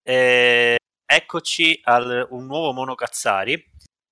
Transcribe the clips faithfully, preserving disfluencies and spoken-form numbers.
eh, eccoci al un nuovo Monocazzari.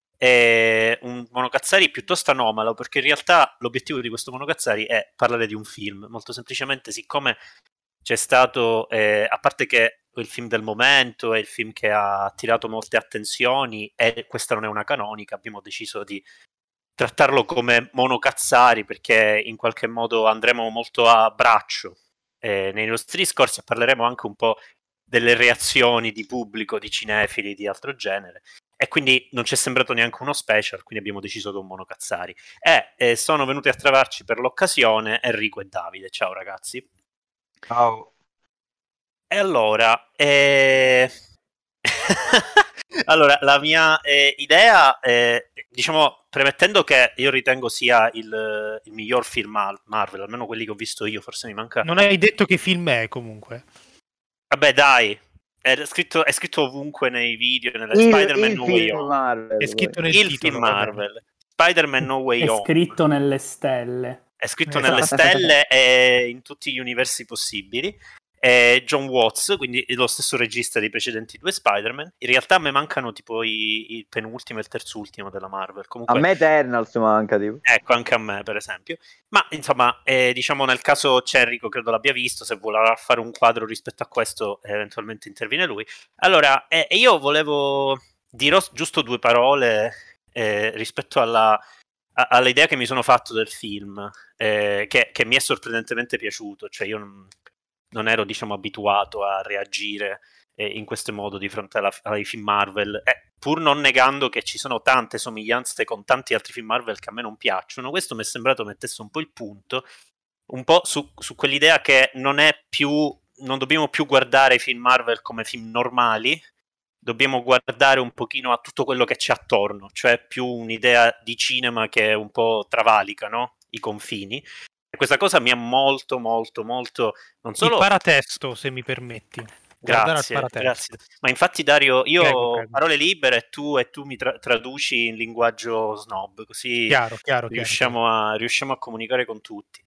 È un Monocazzari piuttosto anomalo, perché in realtà l'obiettivo di questo Monocazzari è parlare di un film. Molto semplicemente, siccome c'è stato, eh, a parte che il film del momento, è il film che ha attirato molte attenzioni, e questa non è una canonica, abbiamo deciso di trattarlo come Monocazzari, perché in qualche modo andremo molto a braccio. Eh, nei nostri discorsi parleremo anche un po' delle reazioni di pubblico, di cinefili, di altro genere. E quindi non ci è sembrato neanche uno special, quindi abbiamo deciso con Monocazzari. E eh, sono venuti a trovarci per l'occasione Enrico e Davide. Ciao ragazzi. Ciao. E allora, eh... allora la mia eh, idea, è, diciamo, premettendo che io ritengo sia il, il miglior film Mar- Marvel, almeno quelli che ho visto io, forse mi manca. Non hai detto che film è, comunque. Vabbè, dai, è scritto, è scritto ovunque nei video, nelle Il, Spider-Man il No Way film Home. Marvel. È scritto nel Il titolo, film va bene. Marvel. Spider-Man No Way È Home. scritto nelle stelle. È scritto Esatto. nelle stelle e in tutti gli universi possibili. È John Watts, quindi lo stesso regista dei precedenti due Spider-Man. In realtà a me mancano tipo i, il penultimo e il terzultimo della Marvel. Comunque, A me Eternals manca, tipo. ecco, anche a me, per esempio. Ma insomma, eh, diciamo nel caso Cerrico credo l'abbia visto, se vuole fare un quadro rispetto a questo, eventualmente interviene lui. Allora, eh, io volevo dirò giusto due parole eh, rispetto alla, a, all'idea che mi sono fatto del film, eh, che, che mi è sorprendentemente piaciuto. Cioè io non, non ero, diciamo, abituato a reagire eh, in questo modo di fronte alla, ai film Marvel, eh, pur non negando che ci sono tante somiglianze con tanti altri film Marvel che a me non piacciono. Questo mi è sembrato mettesse un po' il punto, un po' su, su quell'idea che non è più, non dobbiamo più guardare i film Marvel come film normali, dobbiamo guardare un pochino a tutto quello che c'è attorno, cioè più un'idea di cinema che un po' travalica, no? I confini. E questa cosa mi ha molto, molto, molto, non solo... Il paratesto, se mi permetti. Guardare Grazie, al paratesto. grazie. Ma infatti Dario, io Prego, prego. parole libere e tu, e tu mi tra- traduci in linguaggio snob, così Chiaro, chiaro, riusciamo, chiaro. A, riusciamo a comunicare con tutti.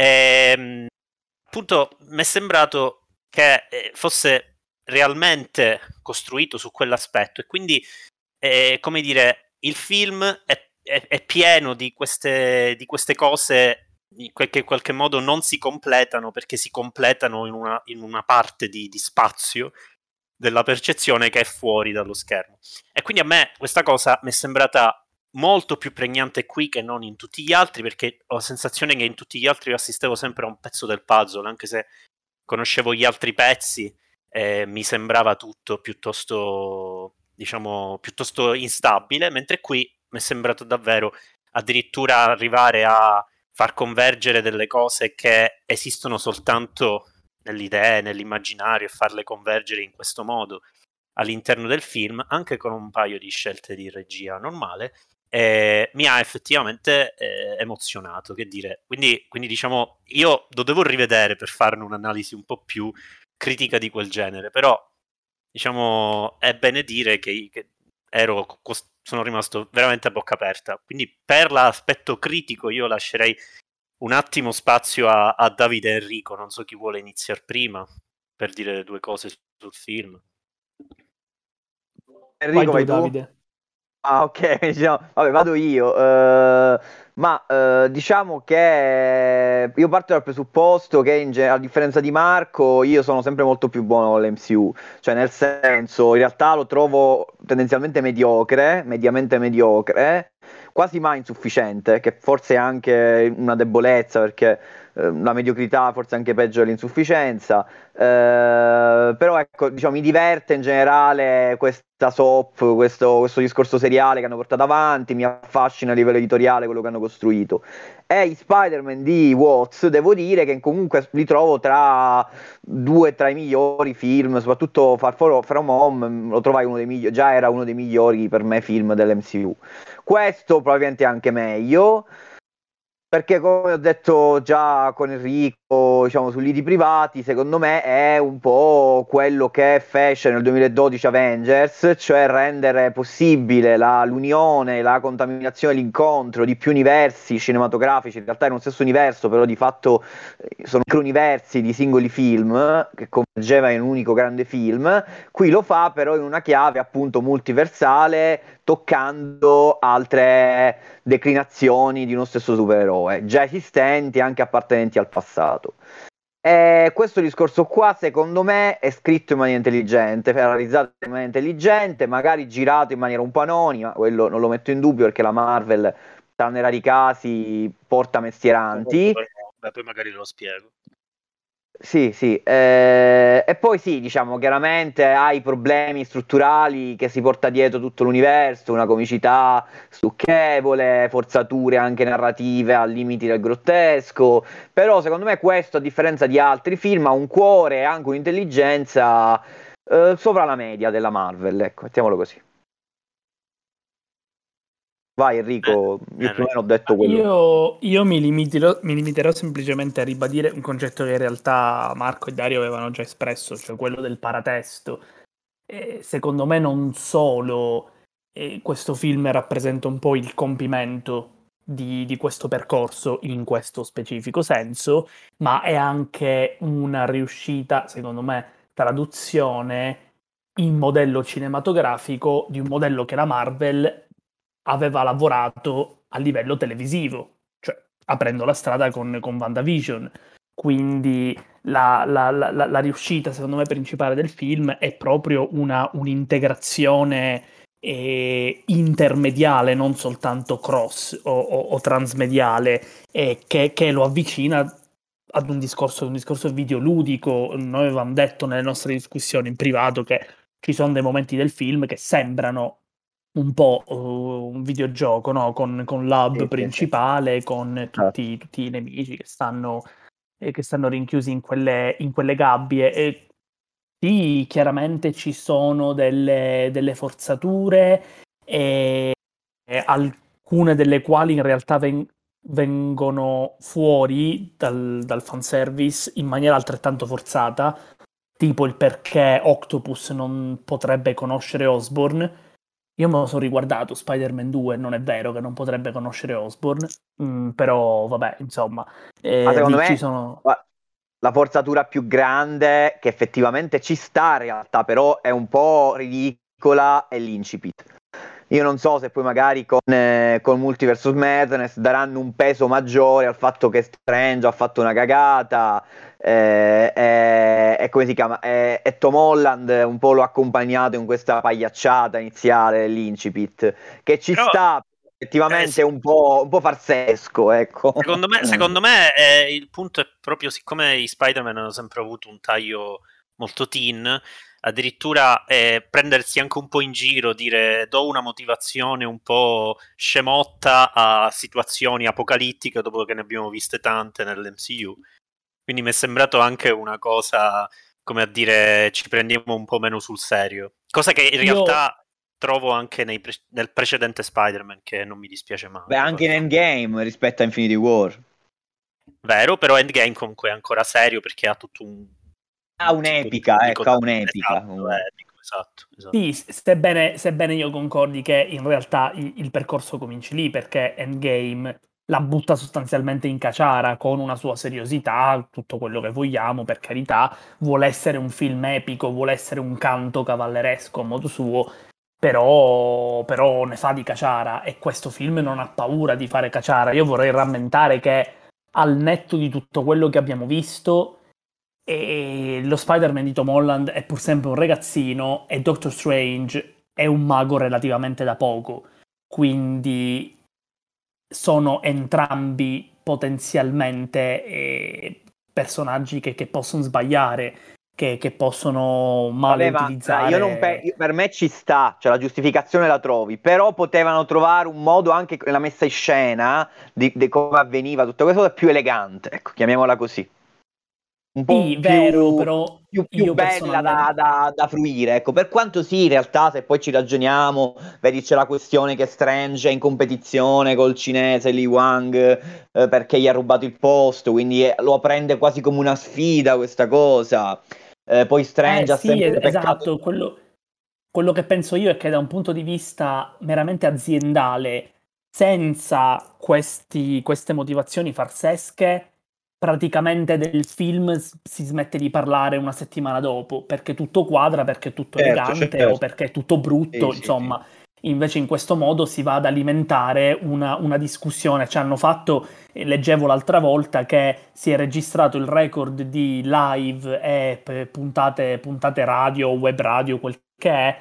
E, appunto, mi è sembrato che eh, fosse realmente costruito su quell'aspetto, e quindi, eh, come dire, il film è, è, è pieno di queste, di queste cose che in qualche modo non si completano, perché si completano in una, in una parte di, di spazio della percezione che è fuori dallo schermo. E quindi a me questa cosa mi è sembrata molto più pregnante qui che non in tutti gli altri, perché ho la sensazione che in tutti gli altri io assistevo sempre a un pezzo del puzzle, anche se conoscevo gli altri pezzi, eh, mi sembrava tutto piuttosto, diciamo, piuttosto instabile, mentre qui mi è sembrato davvero addirittura arrivare a far convergere delle cose che esistono soltanto nelle idee, nell'immaginario, e farle convergere in questo modo all'interno del film, anche con un paio di scelte di regia normale, eh, mi ha effettivamente eh, emozionato, che dire. Quindi, quindi diciamo, io lo devo rivedere per farne un'analisi un po' più critica di quel genere, però diciamo è bene dire che, che ero cost- sono rimasto veramente a bocca aperta. Quindi per l'aspetto critico io lascerei un attimo spazio a, a Davide e Enrico. Non so chi vuole iniziare prima per dire due cose sul film. Enrico, vai, vai tu, tu? Davide. Ah, ok, diciamo, vabbè, vado io. eh, ma eh, diciamo che io parto dal presupposto che, in ge- a differenza di Marco, io sono sempre molto più buono con l'M C U. Cioè, nel senso, in realtà lo trovo tendenzialmente mediocre, mediamente mediocre, quasi mai insufficiente, che forse è anche una debolezza, perché eh, la mediocrità forse è anche peggio dell'insufficienza. Eh, però ecco, diciamo, mi diverte in generale questa soap, questo, questo discorso seriale che hanno portato avanti, mi affascina a livello editoriale quello che hanno costruito. E i Spider-Man di Watts, devo dire che comunque li trovo tra due tra i migliori film, soprattutto Far From Home lo trovai uno dei migliori, già era uno dei migliori per me film dell'M C U. Questo probabilmente è anche meglio. perché come ho detto già con Enrico, diciamo sui lidi privati, secondo me è un po' quello che fece nel duemiladodici Avengers, cioè rendere possibile la, l'unione, la contaminazione, l'incontro di più universi cinematografici, in realtà è uno stesso universo, però di fatto eh, sono micro universi di singoli film che convergeva in un unico grande film. Qui lo fa però in una chiave appunto multiversale, toccando altre declinazioni di uno stesso supereroe, già esistenti, anche appartenenti al passato. E questo discorso qua, secondo me, è scritto in maniera intelligente, realizzato in maniera intelligente, magari girato in maniera un po' anonima, quello non lo metto in dubbio perché la Marvel, tranne rari casi, porta mestieranti. Beh, poi magari lo spiego. Sì, sì, eh, e poi sì, diciamo, chiaramente ha i problemi strutturali che si porta dietro tutto l'universo, una comicità stucchevole, forzature anche narrative al limiti del grottesco, però secondo me questo, a differenza di altri film, ha un cuore e anche un'intelligenza eh, sopra la media della Marvel, ecco, mettiamolo così. Vai Enrico, Eh, io più o Enrico. meno ho detto quello. Io, io mi limiterò, mi limiterò semplicemente a ribadire un concetto che in realtà Marco e Dario avevano già espresso, cioè quello del paratesto. E secondo me non solo eh, questo film rappresenta un po' il compimento di, di questo percorso in questo specifico senso, ma è anche una riuscita, secondo me, traduzione in modello cinematografico di un modello che la Marvel aveva lavorato a livello televisivo, cioè aprendo la strada con, con WandaVision. Quindi la, la, la, la riuscita, secondo me, principale del film è proprio una, un'integrazione eh, intermediale, non soltanto cross o, o, o transmediale, eh, che, che lo avvicina ad un discorso, un discorso videoludico. Noi avevamo detto nelle nostre discussioni in privato che ci sono dei momenti del film che sembrano un po' uh, un videogioco, no? Con, con l'hub Sì, sì, principale, sì. con tutti, tutti i nemici che stanno, eh, che stanno rinchiusi in quelle, in quelle gabbie. E sì, chiaramente ci sono delle, delle forzature, e, e alcune delle quali in realtà ven- vengono fuori dal, dal fanservice in maniera altrettanto forzata, tipo il perché Octopus non potrebbe conoscere Osborn. Io me lo sono riguardato, Spider-Man due, non è vero che non potrebbe conoscere Osborn, mm, però vabbè, insomma, eh, Ma secondo lì ci me sono... la forzatura più grande che effettivamente ci sta in realtà, però è un po' ridicola, è l'incipit. Io non so se poi magari con, eh, con Multiverse of Madness daranno un peso maggiore al fatto che Strange ha fatto una cagata, eh, e, e come si chiama? E, e Tom Holland un po' l'ho accompagnato in questa pagliacciata iniziale dell'incipit, che ci Però, sta effettivamente eh, un po', un po' farsesco, ecco. Secondo me, secondo me eh, il punto è proprio, siccome i Spider-Man hanno sempre avuto un taglio molto teen, addirittura eh, prendersi anche un po' in giro, dire do una motivazione un po' scemotta a situazioni apocalittiche dopo che ne abbiamo viste tante nell'M C U. Quindi mi è sembrato anche una cosa, come a dire, ci prendiamo un po' meno sul serio. Cosa che in Io... realtà trovo anche nei pre- nel precedente Spider-Man, che non mi dispiace mai. Beh, anche in Endgame rispetto a Infinity War. Vero, però Endgame comunque è ancora serio perché ha tutto un, Ha un tipo di un'epica, pubblico ecco, ha da... un'epica. Esatto, epico, esatto, esatto. Sì, sebbene, sebbene io concordi che in realtà il, il percorso cominci lì, perché Endgame la butta sostanzialmente in caciara con una sua seriosità, tutto quello che vogliamo, per carità, vuole essere un film epico, vuole essere un canto cavalleresco a modo suo, però, però ne fa di caciara, e questo film non ha paura di fare caciara. Io vorrei rammentare che al netto di tutto quello che abbiamo visto, e lo Spider-Man di Tom Holland è pur sempre un ragazzino e Doctor Strange è un mago relativamente da poco, quindi sono entrambi potenzialmente eh, personaggi che, che possono sbagliare, che, che possono male Vabbè, ma eh, io non pe- utilizzare. io- per me ci sta, cioè la giustificazione la trovi, però potevano trovare un modo anche nella messa in scena di, di come avveniva tutto questo più elegante, ecco, chiamiamola così. un po' Sì, più, vero, però più, più io bella da, personalmente... da, da fruire. Ecco, per quanto sì, in realtà, se poi ci ragioniamo, vedi c'è la questione che Strange è in competizione col cinese Li Wang eh, perché gli ha rubato il posto, quindi eh, lo prende quasi come una sfida questa cosa. Eh, poi Eh Strange ha sì, sempre es- peccato. esatto, quello, quello che penso io è che da un punto di vista meramente aziendale, senza questi- queste motivazioni farsesche, praticamente del film s- si smette di parlare una settimana dopo, perché tutto quadra, perché è tutto Certo, elegante o certo. perché è tutto Sì, brutto, sì, sì. insomma. Invece in questo modo si va ad alimentare una, una discussione. Ci hanno fatto, eh, leggevo l'altra volta che si è registrato il record di live e p- puntate, puntate radio, web radio, quel che è,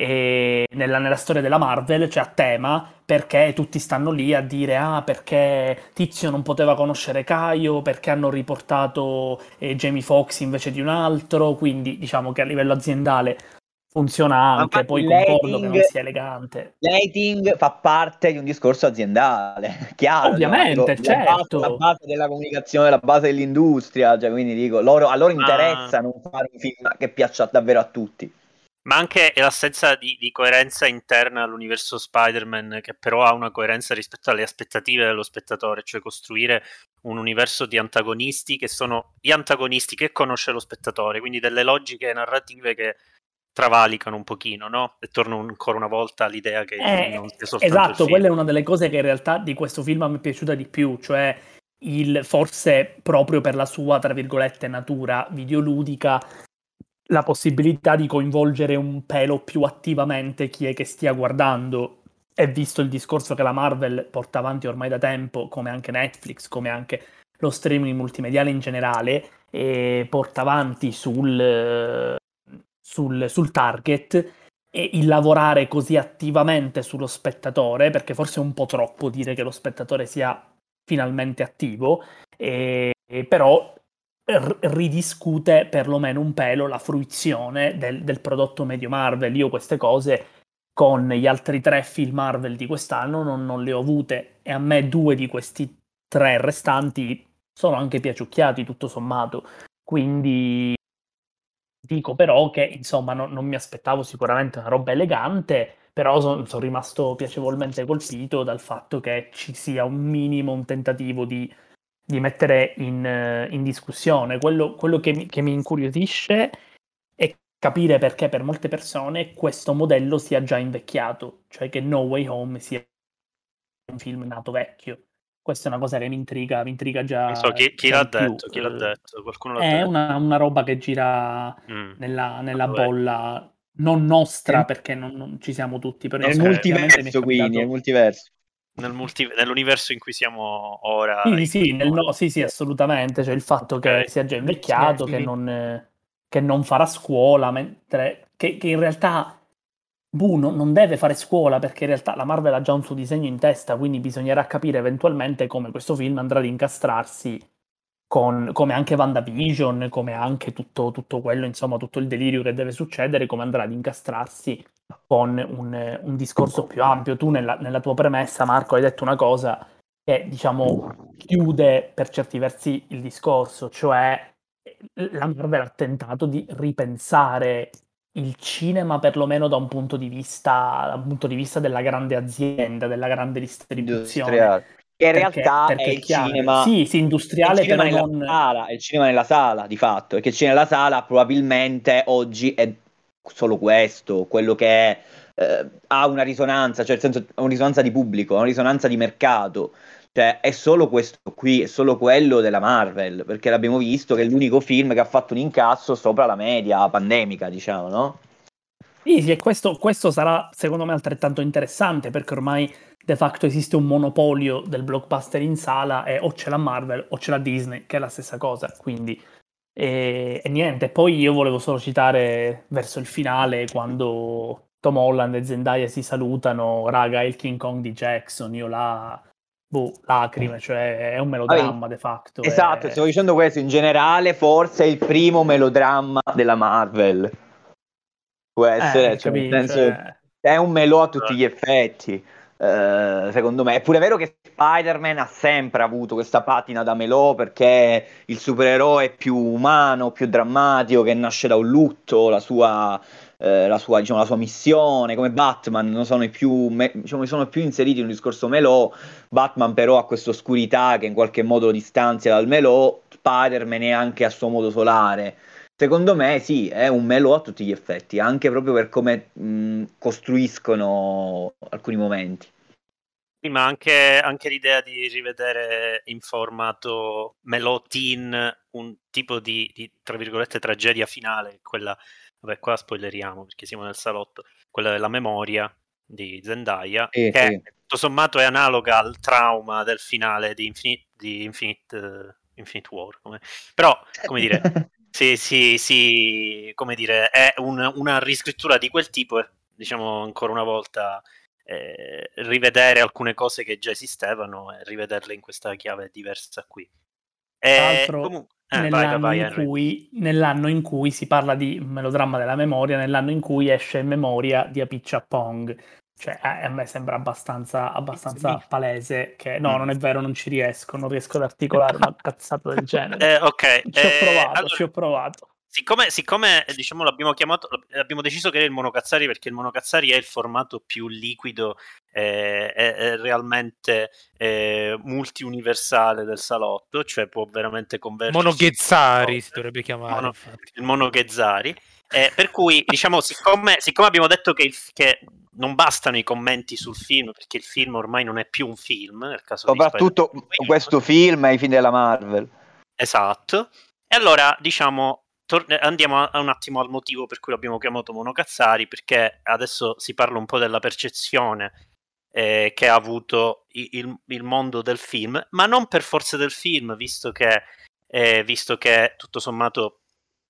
e nella, nella storia della Marvel, cioè a tema, perché tutti stanno lì a dire ah, perché Tizio non poteva conoscere Caio, perché hanno riportato eh, Jamie Foxx invece di un altro, quindi diciamo che a livello aziendale funziona Ma anche, infatti poi il concordo che rating, non sia elegante. l'hating fa parte di un discorso aziendale, chiaro, diciamo, dico, Ovviamente, la base, la certo. base della comunicazione, la base dell'industria, cioè, quindi dico, loro, a loro Ma, interessa non fare un film che piaccia davvero a tutti. ma anche l'assenza di, di coerenza interna all'universo Spider-Man, che però ha una coerenza rispetto alle aspettative dello spettatore, cioè costruire un universo di antagonisti che sono gli antagonisti che conosce lo spettatore, quindi delle logiche narrative che travalicano un pochino, no? E torno ancora una volta all'idea che il film Eh, non sia soltanto il esatto, film. quella è una delle cose che in realtà di questo film mi è piaciuta di più, cioè il, forse proprio per la sua, tra virgolette, natura videoludica, la possibilità di coinvolgere un pelo più attivamente chi è che stia guardando. E visto il discorso che la Marvel porta avanti ormai da tempo, come anche Netflix, come anche lo streaming multimediale in generale, e porta avanti sul, sul, sul target e il lavorare così attivamente sullo spettatore, perché forse è un po' troppo dire che lo spettatore sia finalmente attivo, e, e però r- ridiscute perlomeno un pelo la fruizione del, del prodotto medio Marvel. Io queste cose con gli altri tre film Marvel di quest'anno non, non le ho avute, e a me due di questi tre restanti sono anche piaciucchiati tutto sommato. Quindi dico però che, insomma, non, non mi aspettavo sicuramente una roba elegante, però sono son rimasto piacevolmente colpito dal fatto che ci sia un minimo, un tentativo di, di mettere in, eh, in discussione. Quello, quello che mi, che mi incuriosisce è capire perché per molte persone questo modello sia già invecchiato, cioè che No Way Home sia un film nato vecchio. Questa è una cosa che mi intriga, mi intriga Non so già, chi, chi già l'ha di più. detto, chi l'ha Eh, detto, qualcuno l'ha è detto. una, una roba che gira Mm, nella, nella nato vecchio. bolla non nostra, Nel, perché non, non ci siamo tutti, però nel insomma, Ok, ultimamente mi è multiverso, quindi, nel capitato. multiverso. Nel multi- nell'universo in cui siamo ora, Sì, in sì, questo nel no- momento. sì, sì, assolutamente. Cioè il fatto che Ok. sia già Sì, invecchiato, che sì. non, eh, che non farà scuola, mentre che, che in realtà Boo non, non deve fare scuola, perché in realtà la Marvel ha già un suo disegno in testa, quindi bisognerà capire eventualmente come questo film andrà ad incastrarsi con, come anche WandaVision, come anche tutto, tutto quello, insomma, tutto il delirio che deve succedere, come andrà ad incastrarsi con un, un discorso più ampio. Tu nella, nella tua premessa, Marco, hai detto una cosa che, diciamo, chiude per certi versi il discorso, cioè la Marvel ha tentato di ripensare il cinema perlomeno da un punto di vista, da un punto di vista della grande azienda, della grande distribuzione, Industriale. Che in perché, realtà è perché è il chiaro che cinema, sì, sì, è il industriale, cinema però nella non... sala, è il cinema nella sala di fatto, perché il cinema nella sala probabilmente oggi è solo questo, quello che eh, ha una risonanza, cioè nel senso ha una risonanza di pubblico, una risonanza di mercato, cioè è solo questo qui, è solo quello della Marvel, perché l'abbiamo visto che è l'unico film che ha fatto un incasso sopra la media pandemica, diciamo, no? Sì, sì, e questo, questo sarà secondo me altrettanto interessante, perché ormai de facto esiste un monopolio del blockbuster in sala e o c'è la Marvel o c'è la Disney, che è la stessa cosa, quindi... E, e niente, poi io volevo solo citare verso il finale, quando Tom Holland e Zendaya si salutano, raga, è il King Kong di Jackson, io là, boh, lacrime, cioè è un Vabbè, melodramma de facto. esatto, È... stavo dicendo questo, in generale forse è il primo melodramma della Marvel, può essere, Eh, cioè nel capì, senso cioè... è un melò a tutti Eh, gli effetti, Uh, secondo me è pure vero che Spider-Man ha sempre avuto questa patina da melò, perché il supereroe più umano, più drammatico, che nasce da un lutto, la sua, eh, la sua, diciamo, la sua missione, come Batman, non sono i più, me, diciamo, sono più inseriti in un discorso melò. Batman però ha questa oscurità che in qualche modo lo distanzia dal melò, Spider-Man è anche a suo modo solare. Secondo me sì, è un melò a tutti gli effetti, anche proprio per come mh, costruiscono alcuni momenti. Sì, ma anche, anche l'idea di rivedere in formato melò teen un tipo di, di, tra virgolette, tragedia finale, quella, vabbè, qua spoileriamo perché siamo nel salotto, quella della memoria di Zendaya, Sì, che sì. tutto sommato è analoga al trauma del finale di Infinite, di Infinite, uh, Infinite War. Come... Però, come dire... Sì, sì, sì, come dire, è un, una riscrittura di quel tipo, diciamo ancora una volta, eh, rivedere alcune cose che già esistevano e rivederle in questa chiave diversa qui. Tra l'altro, comunque, eh, nell'anno, vai, vai, in Henry. cui, nell'anno in cui si parla di melodramma della memoria, nell'anno in cui esce in memoria di Apicciapong. Cioè, a, a me sembra abbastanza, abbastanza palese che no, Mm. non è vero, non ci riesco, non riesco ad articolare una cazzata del genere. Eh, ok, ci ho eh, provato, allora, ci ho provato. Siccome, siccome diciamo l'abbiamo chiamato, abbiamo deciso che era il monocazzari perché il monocazzari è il formato più liquido, eh, è, è realmente eh, multiuniversale del salotto, cioè può veramente convergersi. Monoghezzari si dovrebbe chiamare, Mono, infatti. il monoghezzari. Eh, per cui, diciamo, siccome, siccome abbiamo detto che, il, che non bastano i commenti sul film, perché il film ormai non è più un film, nel caso Soprattutto di Spider-Man, questo film è i film della Marvel. Esatto. E allora, diciamo, tor- andiamo a, a un attimo al motivo per cui l'abbiamo chiamato Monocazzari, perché adesso si parla un po' della percezione eh, che ha avuto il, il, il mondo del film, ma non per forza del film, visto che, eh, visto che tutto sommato,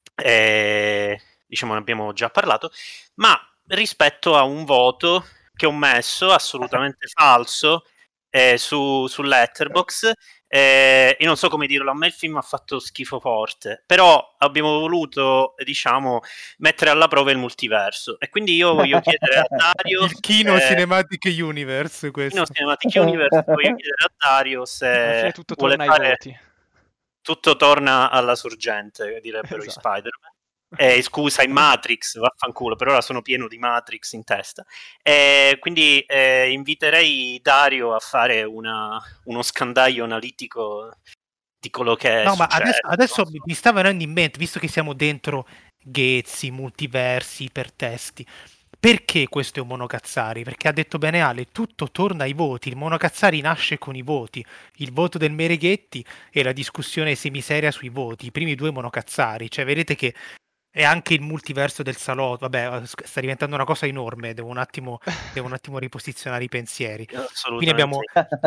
eh, diciamo, ne abbiamo già parlato, ma rispetto a un voto che ho messo assolutamente falso eh, su, su Letterboxd. Eh, io non so come dirlo, a me il film ha fatto schifo forte, però abbiamo voluto, diciamo, mettere alla prova il multiverso e quindi io voglio chiedere a Dario il Kino eh, Cinematic Universe, questo. Kino Cinematic Universe, voglio chiedere a Dario se Alla fine tutto vuole torna ai fare voti. tutto torna alla sorgente, direbbero Esatto. i Spider-Man. Eh, scusa, in Matrix, vaffanculo, per ora sono pieno di Matrix in testa. Eh, quindi eh, inviterei Dario a fare una, uno scandaglio analitico di quello che è No, ma successo. adesso, adesso mi- mi sta venendo in mente, visto che siamo dentro ghezzi, multiversi, ipertesti, perché questo è un monocazzari? Perché ha detto bene Ale, tutto torna ai voti, il monocazzari nasce con i voti, il voto del Mereghetti e la discussione semiseria sui voti, i primi due monocazzari, cioè vedete che è anche il multiverso del salotto, vabbè, sta diventando una cosa enorme, devo un attimo, devo un attimo riposizionare i pensieri. Quindi abbiamo,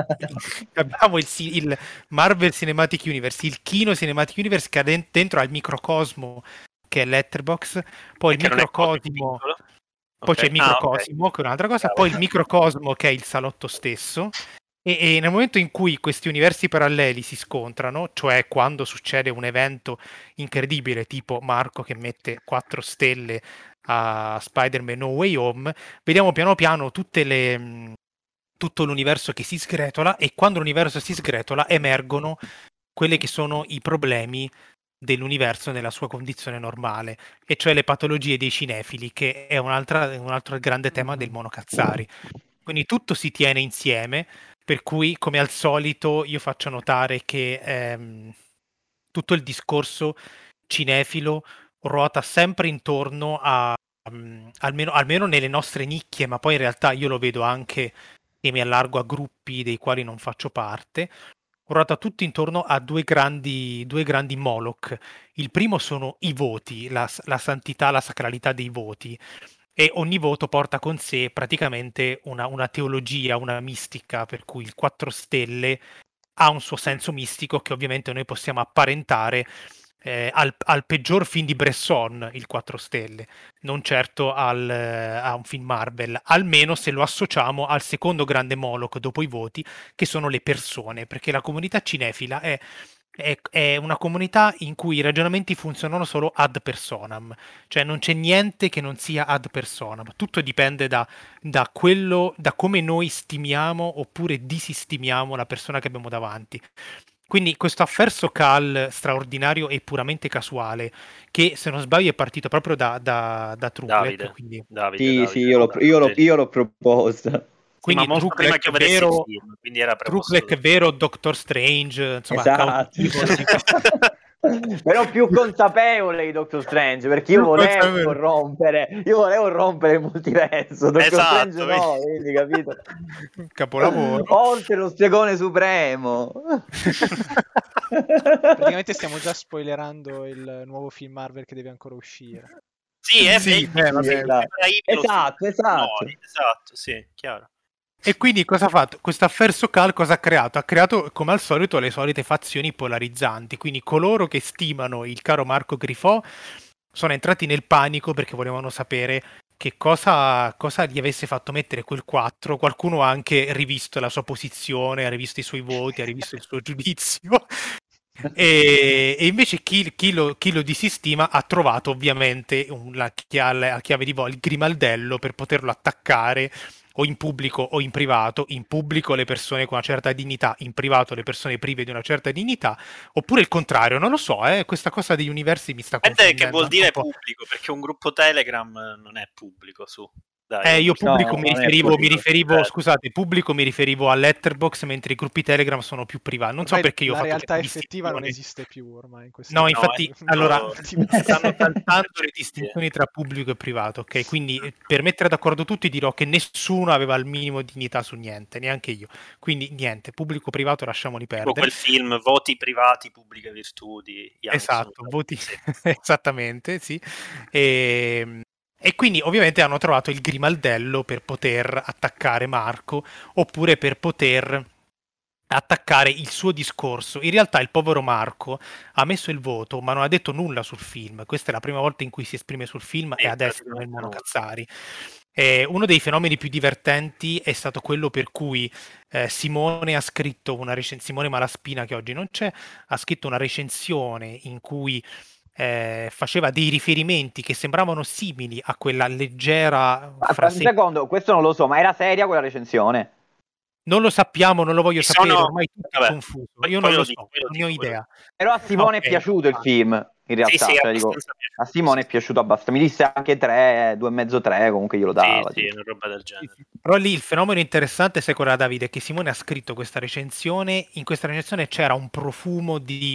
abbiamo il, il Marvel Cinematic Universe, il Kino Cinematic Universe che ha dentro al microcosmo che è Letterboxd, poi il microcosmo, poi okay. c'è il microcosmo ah, okay. che è un'altra cosa, Bravo. Poi il microcosmo che è il salotto stesso. E, e nel momento in cui questi universi paralleli si scontrano, cioè quando succede un evento incredibile tipo Marco che mette quattro stelle a Spider-Man No Way Home, vediamo piano piano tutte le, tutto l'universo che si sgretola e quando l'universo si sgretola emergono quelli che sono i problemi dell'universo nella sua condizione normale, e cioè le patologie dei cinefili, che è un'altra, un altro grande tema del monocazzari. Quindi tutto si tiene insieme, per cui come al solito io faccio notare che ehm, tutto il discorso cinefilo ruota sempre intorno a, um, almeno, almeno nelle nostre nicchie, ma poi in realtà io lo vedo anche e mi allargo a gruppi dei quali non faccio parte, ruota tutto intorno a due grandi, due grandi Moloch. Il primo sono i voti, la, la santità, la sacralità dei voti. E ogni voto porta con sé praticamente una, una teologia, una mistica, per cui il quattro stelle ha un suo senso mistico che ovviamente noi possiamo apparentare eh, al, al peggior film di Bresson, il quattro stelle, non certo al, a un film Marvel, almeno se lo associamo al secondo grande Moloch dopo i voti, che sono le persone, perché la comunità cinefila è è, è una comunità in cui i ragionamenti funzionano solo ad personam, cioè non c'è niente che non sia ad personam, tutto dipende da, da quello, da come noi stimiamo oppure disistimiamo la persona che abbiamo davanti. Quindi questo afferso cal straordinario e puramente casuale, che se non sbaglio è partito proprio da, da, da Truclec, Davide, quindi, Davide, Sì, Davide, sì, io l'ho, Davide, io l'ho, Davide. io l'ho proposto. Sì, quindi ma molto prima Truclec che io vedessi vero, il film, quindi era preposto. Truclec vero, Doctor Strange, insomma, Esatto. Chaotic Evil di questo- Però più consapevole di Doctor Strange, perché io Più volevo consapevole. rompere, io volevo rompere il multiverso, Doctor Esatto, Strange no, quindi capito? Capolavoro. Oltre lo stregone supremo. Praticamente stiamo già spoilerando il nuovo film Marvel che deve ancora uscire. Sì, è, Sì, è, beh, è, vabbè. è ibrido Esatto, film esatto. minori, esatto, sì, chiaro. E quindi cosa ha fatto? Questo afferso cal cosa ha creato? Ha creato, come al solito, le solite fazioni polarizzanti. Quindi coloro che stimano il caro Marco Grifò sono entrati nel panico perché volevano sapere che cosa, cosa gli avesse fatto mettere quel quattro. Qualcuno ha anche rivisto la sua posizione, ha rivisto i suoi voti, ha rivisto il suo giudizio. E, e invece chi, chi, lo, chi lo disistima ha trovato ovviamente un, la, chiave, la chiave di volta, il grimaldello per poterlo attaccare o in pubblico o in privato, in pubblico le persone con una certa dignità, in privato le persone prive di una certa dignità, oppure il contrario, non lo so, eh, questa cosa degli universi mi sta Aspetta, confondendo. che vuol anche un dire po'. pubblico? Perché un gruppo Telegram non è pubblico, su. Dai, Eh, io non- pubblico No, mi non è riferivo, mi pubblico. riferivo, Eh. scusate, pubblico mi riferivo a Letterboxd, mentre i gruppi Telegram sono più privati. Non so Ormai perché io ho la fatto realtà questa effettiva non distinzione. esiste più ormai in questo No, momento. infatti, è allora, tutto- stanno saltando le Sì. distinzioni tra pubblico e privato, ok? Quindi eh, per mettere d'accordo tutti dirò che nessuno aveva il minimo di dignità su niente, neanche io. Quindi niente, pubblico-privato lasciamoli Tipo perdere. quel film Voti privati, pubbliche virtù di Jansson. Esatto, voti Sì. esattamente, sì. E, e quindi ovviamente hanno trovato il grimaldello per poter attaccare Marco oppure per poter attaccare il suo discorso. In realtà il povero Marco ha messo il voto, ma non ha detto nulla sul film. Questa è la prima volta in cui si esprime sul film Sì, e adesso praticamente nel Mono nulla. Cazzari. Eh, uno dei fenomeni più divertenti è stato quello per cui eh, Simone ha scritto una recensione, Simone Malaspina che oggi non c'è, ha scritto una recensione in cui eh, faceva dei riferimenti che sembravano simili a quella leggera Aspetta un frase. secondo, questo non lo so, ma era seria quella recensione? Non lo sappiamo, non lo voglio Ci sapere, sono- ormai tutto è vabbè, confuso. poi- Io poi non lo lo dico, so, poi lo non ne ho dico, poi lo idea. Però a Simone Ok. è piaciuto il film, in realtà. Sì, sì, cioè, dico, abbastanza piaciuto, a Simone sì, è piaciuto abbastanza. Mi disse anche tre, due e mezzo, tre, comunque glielo sì, dava. sì, sì. una roba del Sì, genere. sì. Però lì il fenomeno interessante, secondo me, Davide, è che Simone ha scritto questa recensione. In questa recensione c'era un profumo di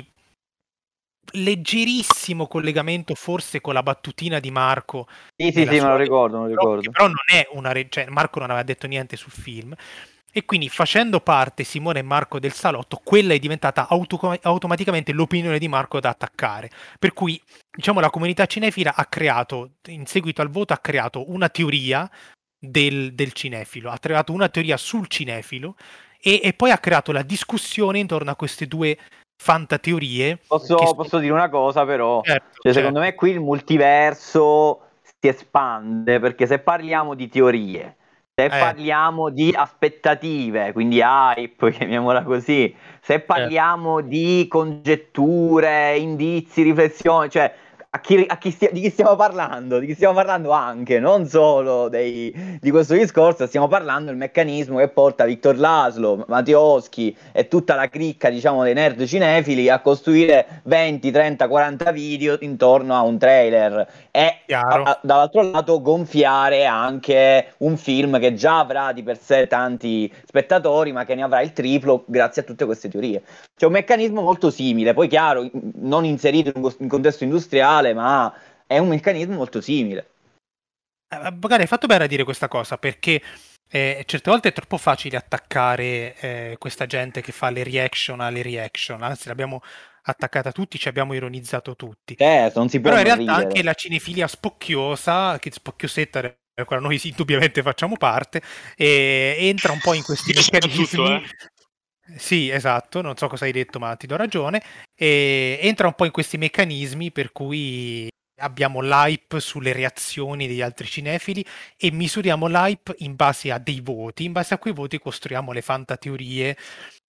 leggerissimo collegamento, forse con la battutina di Marco. Sì, sì, nella sì, me lo sua- ricordo, me lo però, ricordo. che però non è una re- cioè, Marco non aveva detto niente sul film. E quindi facendo parte Simone e Marco del salotto, quella è diventata auto- automaticamente l'opinione di Marco da attaccare. Per cui, diciamo, la comunità cinefila ha creato, in seguito al voto, ha creato una teoria del, del cinefilo, ha creato una teoria sul cinefilo e, e poi ha creato la discussione intorno a queste due fantateorie. Posso, che sono- posso dire una cosa, però. Certo, Cioè, certo. secondo me qui il multiverso si espande, perché se parliamo di teorie, se Eh. parliamo di aspettative, quindi hype, chiamiamola così, se parliamo di congetture, indizi, riflessioni, cioè a chi, a chi stia- di chi stiamo parlando? Di chi stiamo parlando anche, non solo dei, di questo discorso, stiamo parlando del meccanismo che porta Victor Laszlo, Mattioschi e tutta la cricca, diciamo, dei nerd cinefili a costruire venti, trenta, quaranta video intorno a un trailer e Chiaro. a- a- dall'altro lato gonfiare anche un film che già avrà di per sé tanti spettatori, ma che ne avrà il triplo grazie a tutte queste teorie. C'è un meccanismo molto simile, poi chiaro, non inserito in un contesto industriale, ma è un meccanismo molto simile. Eh, magari hai fatto bene a dire questa cosa perché eh, certe volte è troppo facile attaccare eh, questa gente che fa le reaction alle reaction, anzi l'abbiamo attaccata tutti, ci abbiamo ironizzato tutti. Eh, non si può Però in non realtà ridere. anche la cinefilia spocchiosa, che spocchiosetta della quale noi sì, indubbiamente facciamo parte, eh, entra un po' in questi Io meccanismi. soprattutto, eh. Sì, esatto, non so cosa hai detto, ma ti do ragione. E entra un po' in questi meccanismi per cui abbiamo l'hype sulle reazioni degli altri cinefili e misuriamo l'hype in base a dei voti, in base a quei voti costruiamo le fantateorie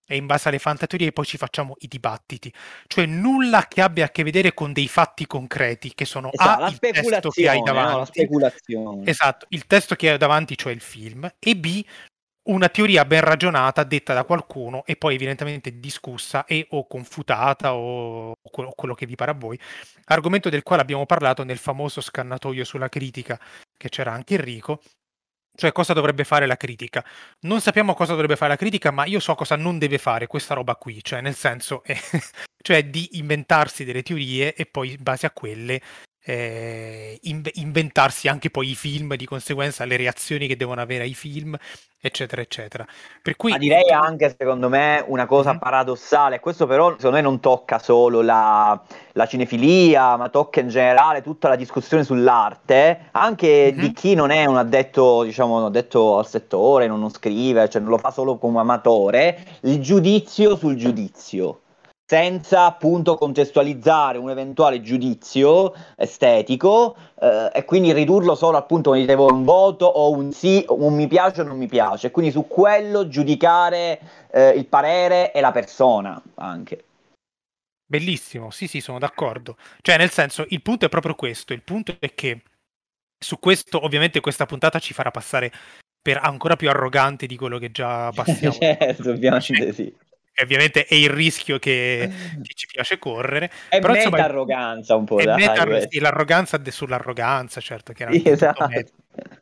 e in base alle fantateorie poi ci facciamo i dibattiti, cioè nulla che abbia a che vedere con dei fatti concreti che sono esatto, A, la il testo che hai speculazione, no? La davanti, speculazione. esatto, il testo che hai davanti, cioè il film, e B, una teoria ben ragionata detta da qualcuno e poi evidentemente discussa e o confutata o quello, quello che vi pare a voi, argomento del quale abbiamo parlato nel famoso scannatoio sulla critica che c'era anche Enrico. Cioè, cosa dovrebbe fare la critica? Non sappiamo cosa dovrebbe fare la critica, ma io so cosa non deve fare questa roba qui, cioè nel senso, eh, cioè di inventarsi delle teorie e poi in base a quelle eh, inv- inventarsi anche poi i film, di conseguenza le reazioni che devono avere ai film, eccetera, eccetera. Per cui, Ma direi eh, anche, secondo me, una cosa Mhm. paradossale, questo però secondo me non tocca solo la, la cinefilia, ma tocca in generale tutta la discussione sull'arte, anche Mhm. di chi non è un addetto, diciamo, un addetto al settore, non, non scrive, cioè non lo fa solo come amatore, il giudizio sul giudizio, senza appunto contestualizzare un eventuale giudizio estetico eh, e quindi ridurlo solo appunto, come dicevo, un voto o un sì, o un mi piace o non mi piace, quindi su quello giudicare eh, il parere e la persona anche. Bellissimo, sì, sì, sono d'accordo. Cioè, nel senso, il punto è proprio questo, il punto è che su questo, ovviamente, questa puntata ci farà passare per ancora più arroganti di quello che già passiamo. Certo, ovviamente sì. E ovviamente è il rischio che, che ci piace correre. È Però insomma, meta arroganza un po', è dai, meta, questo. sì, l'arroganza de- sull'arroganza, certo, Sì, chiaramente è tutto esatto. meta.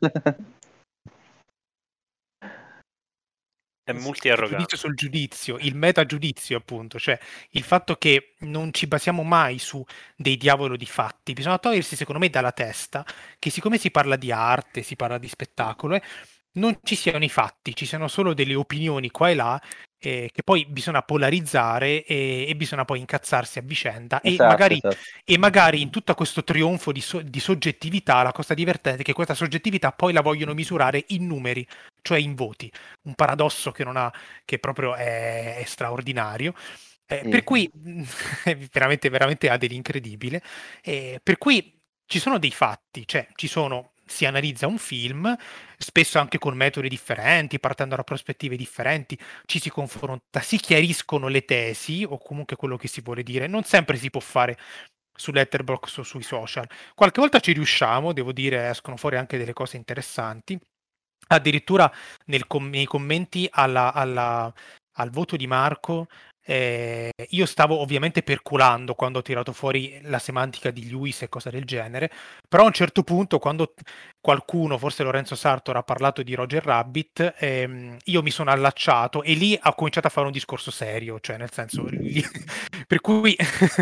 È Sì, il giudizio multi-arrogante. sul giudizio, il metagiudizio, appunto, cioè il fatto che non ci basiamo mai su dei diavolo di fatti. Bisogna togliersi, secondo me, dalla testa che siccome si parla di arte, si parla di spettacolo, eh, non ci siano i fatti, ci siano solo delle opinioni qua e là, eh, che poi bisogna polarizzare e, e bisogna poi incazzarsi a vicenda e Esatto, magari, esatto. e magari in tutto questo trionfo di, so- di soggettività, la cosa divertente è che questa soggettività poi la vogliono misurare in numeri, cioè in voti. Un paradosso che non ha, che proprio è, è straordinario. Eh, Sì. per cui è veramente, veramente ha dell'incredibile. Eh, per cui ci sono dei fatti, cioè ci sono, si analizza un film, spesso anche con metodi differenti, partendo da prospettive differenti, ci si confronta, si chiariscono le tesi o comunque quello che si vuole dire. Non sempre si può fare su Letterboxd o sui social. Qualche volta ci riusciamo, devo dire, escono fuori anche delle cose interessanti. Addirittura nel com- nei commenti alla- alla- al voto di Marco, eh, io stavo ovviamente perculando quando ho tirato fuori la semantica di Lewis e cose del genere, però a un certo punto quando qualcuno, forse Lorenzo Sartor, ha parlato di Roger Rabbit, ehm, io mi sono allacciato e lì ho cominciato a fare un discorso serio, cioè nel senso, lì- per cui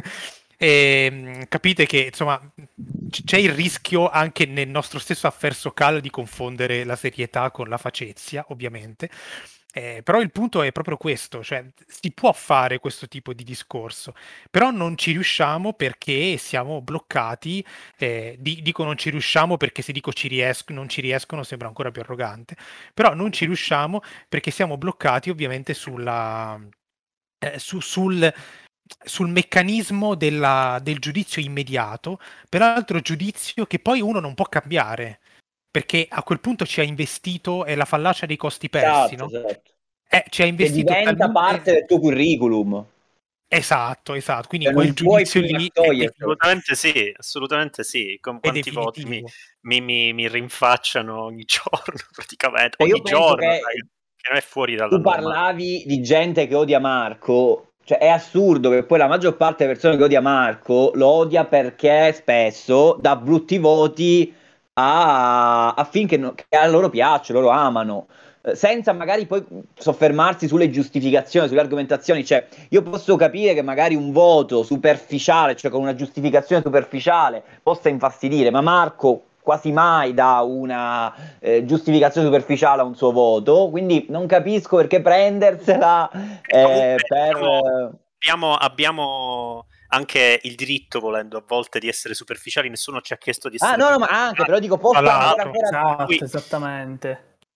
ehm, capite che insomma c- c'è il rischio anche nel nostro stesso affair Socal di confondere la serietà con la facezia, ovviamente. Eh, però il punto è proprio questo, cioè si può fare questo tipo di discorso, però non ci riusciamo perché siamo bloccati, eh, di- dico non ci riusciamo perché se dico ci riesc- non ci riescono sembra ancora più arrogante, però non ci riusciamo perché siamo bloccati ovviamente sulla, eh, su- sul, sul meccanismo della- del giudizio immediato, peraltro giudizio che poi uno non può cambiare, perché a quel punto ci ha investito, è la fallacia dei costi persi, Esatto, no? esatto. Eh, ci ha Che investito diventa parte talmente... del tuo curriculum. Esatto, esatto, quindi Cioè, quel non puoi giudizio più lì è, togliertelo. Assolutamente sì, assolutamente sì. Con è quanti voti mi, definitivo. mi, mi, mi rinfacciano ogni giorno, praticamente. Cioè, io Ogni penso giorno, che dai, che non è fuori dalla tu normale. parlavi di gente che odia Marco, cioè è assurdo che poi la maggior parte delle persone che odia Marco lo odia perché spesso dà brutti voti a, a film che, no- che a loro piacciono, loro amano, eh, senza magari poi soffermarsi sulle giustificazioni, sulle argomentazioni. Cioè, io posso capire che magari un voto superficiale, cioè con una giustificazione superficiale, possa infastidire, ma Marco quasi mai dà una eh, giustificazione superficiale a un suo voto, quindi non capisco perché prendersela E comunque eh, per... abbiamo, eh, abbiamo, abbiamo anche il diritto, volendo, a volte di essere superficiali. Nessuno ci ha chiesto di Ah, essere no, no, ma anche, superficiali. però dico, Tra posso ancora, l'altro, ancora... Esatto, Qui- esattamente.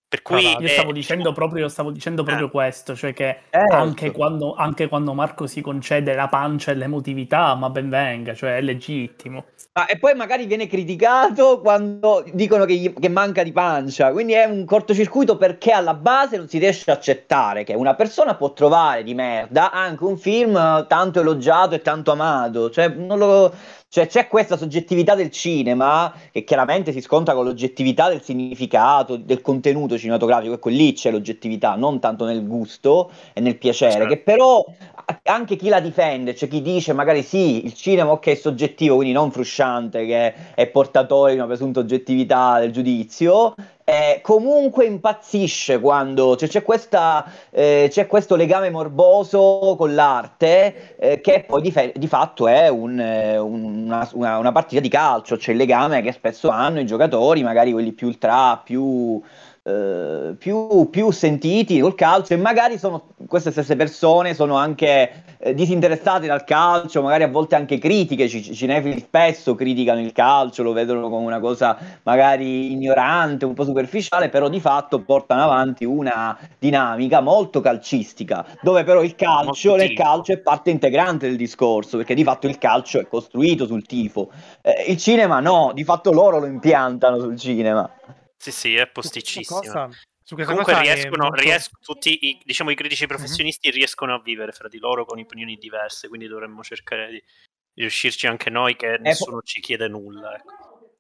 Per cui Io Io è, stavo dicendo diciamo, proprio, stavo dicendo proprio eh, questo, cioè che Certo. anche quando, anche quando Marco si concede la pancia e l'emotività, ma ben venga, cioè è legittimo. Ah, e poi magari viene criticato quando dicono che, gli- che manca di pancia, quindi è un cortocircuito perché alla base non si riesce a accettare che una persona può trovare di merda anche un film eh, tanto elogiato e tanto amato, cioè, non lo- cioè, c'è questa soggettività del cinema che chiaramente si scontra con l'oggettività del significato, del contenuto cinematografico, ecco lì c'è l'oggettività, non tanto nel gusto e nel piacere, che certo. però anche chi la difende, c'è chi dice magari sì, il cinema ok è soggettivo, quindi non Frusciante che è portatore di una presunta oggettività del giudizio, eh, comunque impazzisce quando cioè, c'è, questa, eh, c'è questo legame morboso con l'arte eh, che poi di, fe- di fatto è un, eh, una, una- una partita di calcio, c'è il legame che spesso hanno i giocatori, magari quelli più ultra, più eh, più, più sentiti col calcio e magari sono queste stesse persone sono anche eh, disinteressate dal calcio, magari a volte anche critiche, i cinefili spesso criticano il calcio, lo vedono come una cosa magari ignorante, un po' superficiale, però di fatto portano avanti una dinamica molto calcistica, dove però il calcio, Molto nel tifo. calcio è parte integrante del discorso, perché di fatto il calcio è costruito sul tifo. Eh, il cinema no, di fatto loro lo impiantano sul cinema. Sì, sì, è Su questa posticissima. cosa, su questa Comunque cosa è riescono, molto... ries- tutti i, diciamo, i critici Mhm. professionisti riescono a vivere fra di loro con opinioni diverse, quindi dovremmo cercare di, di riuscirci anche noi che E po- nessuno ci chiede nulla. Ecco.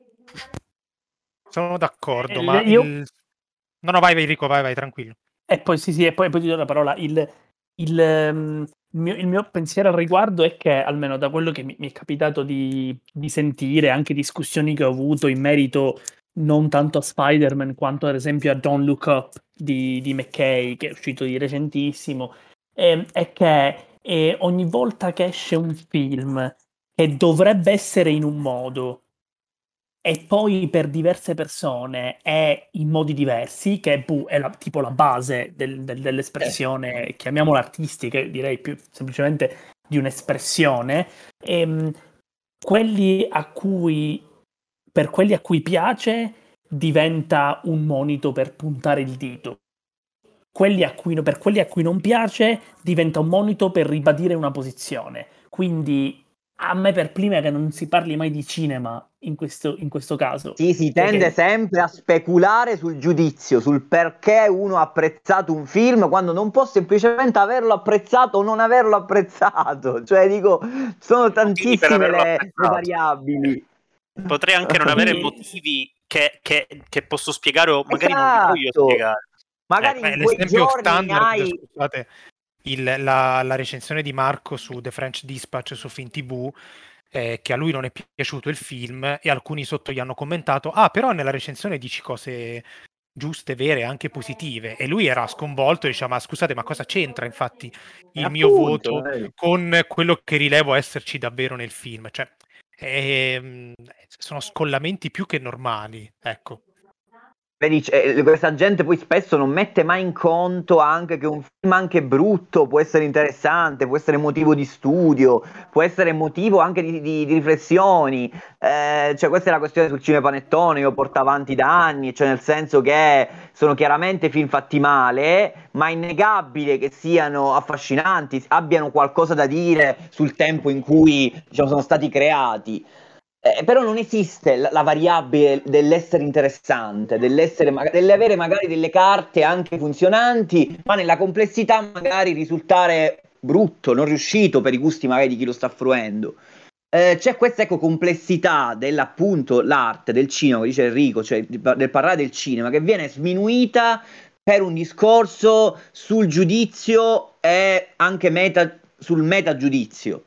Sono d'accordo, Eh, ma io- il... No, no, vai, vai Enrico, vai, vai, tranquillo. E poi sì, sì, e poi, poi ti do la parola. Il, il, ehm, il mio, il mio pensiero al riguardo è che, almeno da quello che mi, mi è capitato di, di sentire, anche discussioni che ho avuto in merito non tanto a Spider-Man quanto ad esempio a Don't Look Up di, di McKay, che è uscito di recentissimo, ehm, è che eh, ogni volta che esce un film che dovrebbe essere in un modo e poi per diverse persone è in modi diversi, che boh, è la- tipo la base del- del- dell'espressione, chiamiamola artistica, io direi più semplicemente di un'espressione, ehm, quelli a cui, per quelli a cui piace diventa un monito per puntare il dito. Quelli a cui, per quelli a cui non piace diventa un monito per ribadire una posizione. Quindi a me per prima che non si parli mai di cinema in questo, in questo caso. Sì, si Cioè tende che- sempre a speculare sul giudizio, sul perché uno ha apprezzato un film quando non può semplicemente averlo apprezzato o non averlo apprezzato. Cioè, dico, sono I motivi per tantissime averlo le, le apprezzato. variabili. Potrei anche non avere Quindi- motivi che, che- che posso spiegare o magari non li voglio Esatto. spiegare. Magari Beh, in quei l'esempio giorni standard, hai... scusate, il- la, la recensione di Marco su The French Dispatch su Film T V, eh, che a lui non è piaciuto il film e alcuni sotto gli hanno commentato, ah, però nella recensione dici cose giuste, vere, anche positive. E lui era sconvolto e diceva, ma scusate, ma cosa c'entra infatti il mio Appunto, voto eh. con quello che rilevo esserci davvero nel film? Cioè, ehm, sono scollamenti più che normali, ecco. Vedi, eh, questa gente poi spesso non mette mai in conto anche che un film anche brutto può essere interessante, può essere motivo di studio, può essere motivo anche di, di- di riflessioni. Eh, cioè, questa è la questione sul cinepanettone, io porto avanti da anni, cioè nel senso che sono chiaramente film fatti male, ma è innegabile che siano affascinanti, abbiano qualcosa da dire sul tempo in cui diciamo, sono stati creati. Eh, però non esiste la, la variabile dell'essere interessante, dell'essere maga- dell'avere magari delle carte anche funzionanti, ma nella complessità magari risultare brutto, non riuscito per i gusti magari di chi lo sta fruendo. Eh, c'è questa ecco, complessità dell'appunto l'arte del cinema, come dice Enrico, cioè di- del parlare del cinema, che viene sminuita per un discorso sul giudizio e anche meta, sul metagiudizio.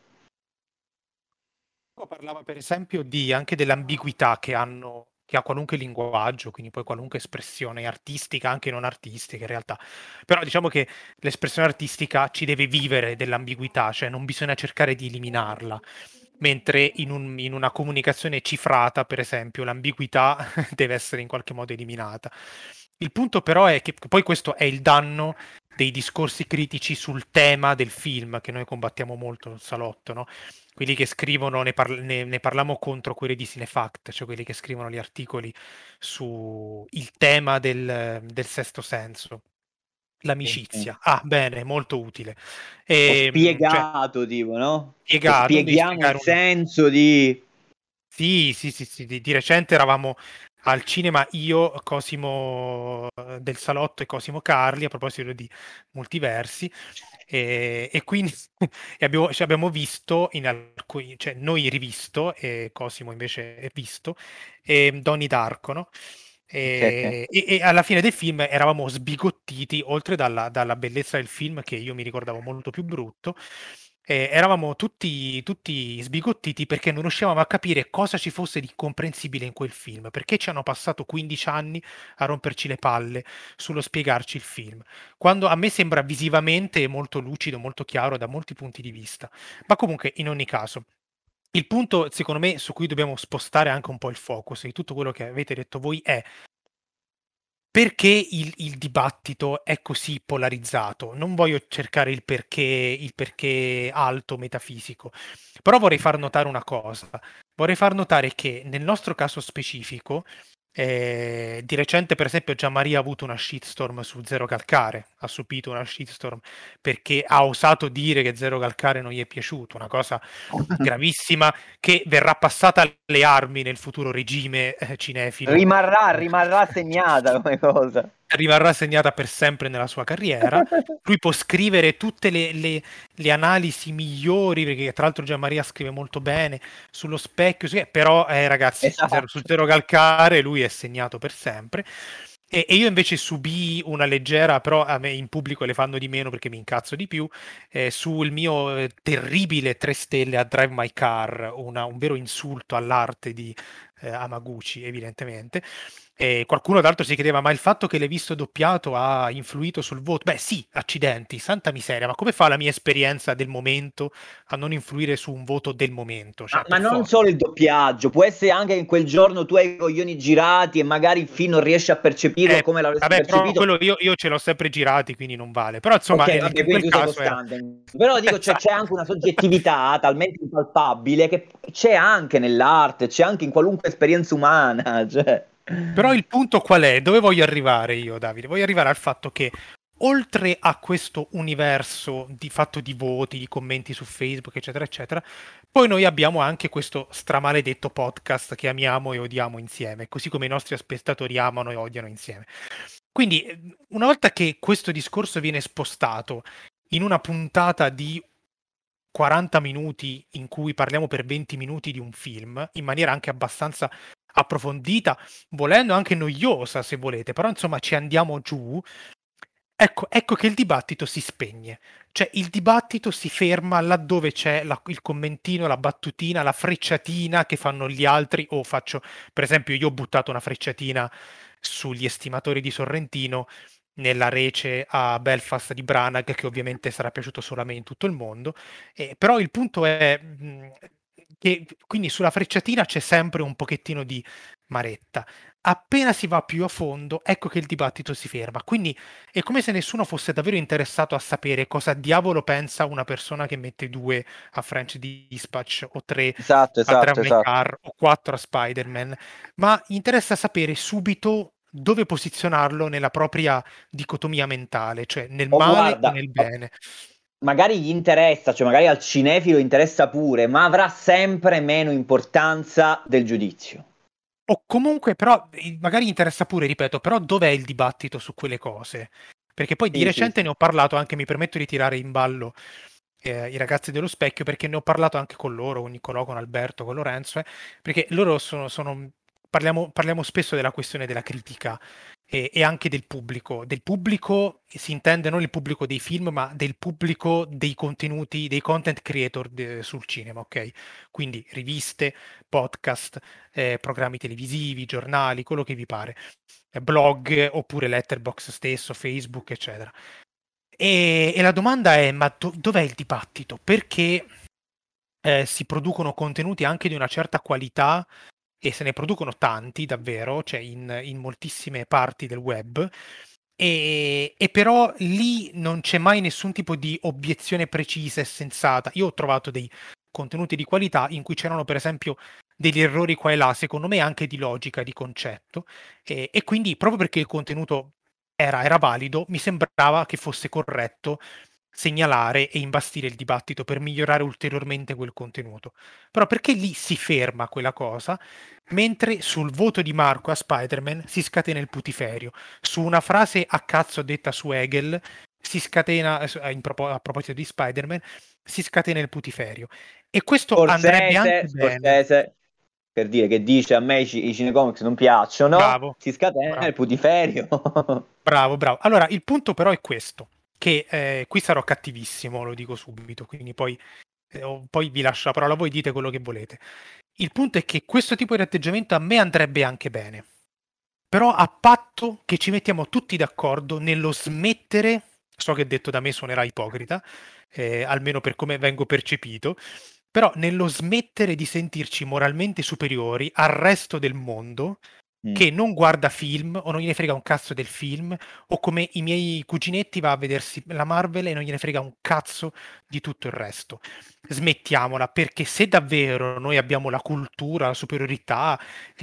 Parlava per esempio di, anche dell'ambiguità che hanno che ha qualunque linguaggio, quindi poi qualunque espressione artistica, anche non artistica in realtà. Però diciamo che l'espressione artistica ci deve vivere dell'ambiguità, cioè non bisogna cercare di eliminarla. Mentre in, un, in una comunicazione cifrata, per esempio, l'ambiguità deve essere in qualche modo eliminata. Il punto però è che poi questo è il danno dei discorsi critici sul tema del film, che noi combattiamo molto nel salotto, no? Quelli che scrivono, ne, parl- ne, ne parliamo contro quelli di Cinefact, cioè quelli che scrivono gli articoli su il tema del, del sesto senso, Sì, sì. l'amicizia. Ah, bene, molto utile. Ho Ehm, cioè, spiegato, tipo, no? Che spiegato, non devi spieghiamo il spiegare una... senso di... Sì, sì, sì, sì, di, di recente eravamo al cinema io, Cosimo eh, del Salotto e Cosimo Carli, a proposito di multiversi, e, e quindi e abbiamo, ci abbiamo visto, in alcuni, cioè noi rivisto, e Cosimo invece è visto, e Donnie Darko, no? Ok, ok. E, e- e alla fine del film eravamo sbigottiti, oltre dalla, dalla bellezza del film, che io mi ricordavo molto più brutto, eh, eravamo tutti, tutti sbigottiti perché non riuscivamo a capire cosa ci fosse di incomprensibile in quel film, perché ci hanno passato quindici anni a romperci le palle sullo spiegarci il film, quando a me sembra visivamente molto lucido, molto chiaro da molti punti di vista. Ma comunque, in ogni caso, il punto, secondo me, su cui dobbiamo spostare anche un po' il focus di tutto quello che avete detto voi è: perché il, il dibattito è così polarizzato? Non voglio cercare il perché, il perché alto metafisico, però vorrei far notare una cosa. Vorrei far notare che nel nostro caso specifico, eh, di recente, per esempio, Gianmaria ha avuto una shitstorm su Zero Calcare, ha subito una shitstorm perché ha osato dire che Zero Calcare non gli è piaciuto, una cosa gravissima che verrà passata alle armi nel futuro regime eh, cinefilo. Rimarrà, Eh, rimarrà segnata come cosa. rimarrà segnata per sempre nella sua carriera. Lui può scrivere tutte le, le- le analisi migliori, perché tra l'altro Gianmaria scrive molto bene sullo specchio, sì, però eh, ragazzi, Esatto. zero, su Zero Calcare lui è segnato per sempre. E, e io invece subì una leggera, però a me in pubblico le fanno di meno perché mi incazzo di più, eh, sul mio eh, terribile tre stelle a Drive My Car, una- un vero insulto all'arte di eh, Hamaguchi, evidentemente. E qualcuno d'altro si chiedeva: ma il fatto che l'hai visto doppiato ha influito sul voto? Beh, sì, accidenti, santa miseria, ma come fa la mia esperienza del momento a non influire su un voto del momento? Cioè, Ma, ma per non forza. solo il doppiaggio, può essere anche che in quel giorno tu hai i coglioni girati e magari il film non riesci a percepirlo Eh, come l'avresti vabbè, però percepito. quello io, io ce l'ho sempre girati, quindi non vale. Però insomma, Ok, nel- vabbè, in quel quindi tu sei caso era... costante. Però dico, c'è, c'è anche Esatto. una soggettività talmente impalpabile che c'è anche nell'arte, c'è anche in qualunque esperienza umana. Cioè. Però il punto qual è? Dove voglio arrivare io, Davide? Voglio arrivare al fatto che oltre a questo universo di fatto di voti, di commenti su Facebook, eccetera, eccetera, poi noi abbiamo anche questo stramaledetto podcast che amiamo e odiamo insieme, così come i nostri spettatori amano e odiano insieme. Quindi, eh, una volta che questo discorso viene spostato in una puntata di quaranta minuti in cui parliamo per venti minuti di un film, in maniera anche abbastanza approfondita, volendo anche noiosa se volete, però insomma ci andiamo giù, ecco, ecco che il dibattito si spegne. Cioè il dibattito si ferma laddove c'è la- il commentino, la battutina, la frecciatina che fanno gli altri, o faccio, per esempio, io ho buttato una frecciatina sugli estimatori di Sorrentino nella rece a Belfast di Branagh, che ovviamente sarà piaciuto solo a me in tutto il mondo. Eh, però il punto è mh, che quindi sulla frecciatina c'è sempre un pochettino di maretta. Appena si va più a fondo, ecco che il dibattito si ferma. Quindi è come se nessuno fosse davvero interessato a sapere cosa diavolo pensa una persona che mette due a French Dispatch o tre Esatto, a Drive esatto, My esatto. Car o quattro a Spider-Man, ma interessa sapere subito dove posizionarlo nella propria dicotomia mentale, cioè nel O male o guarda, nel o- bene. magari gli interessa, cioè magari al cinefilo interessa pure, ma avrà sempre meno importanza del giudizio. O comunque, però, eh, magari interessa pure, ripeto, però dov'è il dibattito su quelle cose? Perché poi di Sì, sì, recente sì. ne ho parlato, anche mi permetto di tirare in ballo eh, i ragazzi dello specchio, perché ne ho parlato anche con loro, con Niccolò, con Alberto, con Lorenzo, eh, perché loro sono, sono- parliamo, parliamo spesso della questione della critica e, e anche del pubblico. Del pubblico si intende non il pubblico dei film, ma del pubblico dei contenuti, dei content creator de- sul cinema, ok? Quindi riviste, podcast, eh, programmi televisivi, giornali, quello che vi pare, eh, blog oppure Letterboxd stesso, Facebook, eccetera. E, e la domanda è: ma do- dov'è il dibattito? Perché eh, si producono contenuti anche di una certa qualità e se ne producono tanti davvero, cioè in, in moltissime parti del web, E, e però lì non c'è mai nessun tipo di obiezione precisa e sensata. Io ho trovato dei contenuti di qualità in cui c'erano per esempio degli errori qua e là, secondo me anche di logica, di concetto, e, e quindi proprio perché il contenuto era, era valido, mi sembrava che fosse corretto segnalare e imbastire il dibattito per migliorare ulteriormente quel contenuto. Però perché lì si ferma quella cosa, mentre sul voto di Marco a Spider-Man si scatena il putiferio. Su una frase a cazzo detta su Hegel si scatena, in propo- a proposito di Spider-Man, si scatena il putiferio. E questo Scorsese, andrebbe anche bene. Scorsese, per dire che dice a me i, ci- i cinecomics non piacciono, Bravo, si scatena bravo. il putiferio. Bravo, bravo. Allora, il punto però è questo, che eh, qui sarò cattivissimo, lo dico subito, quindi poi, eh, o- poi vi lascio la parola, voi dite quello che volete. Il punto è che questo tipo di atteggiamento a me andrebbe anche bene, però a patto che ci mettiamo tutti d'accordo nello smettere, so che detto da me suonerà ipocrita, eh, almeno per come vengo percepito, però nello smettere di sentirci moralmente superiori al resto del mondo Mm. che non guarda film o non gliene frega un cazzo del film, o come i miei cuginetti va a vedersi la Marvel e non gliene frega un cazzo di tutto il resto. Smettiamola, perché se davvero noi abbiamo la cultura, la superiorità,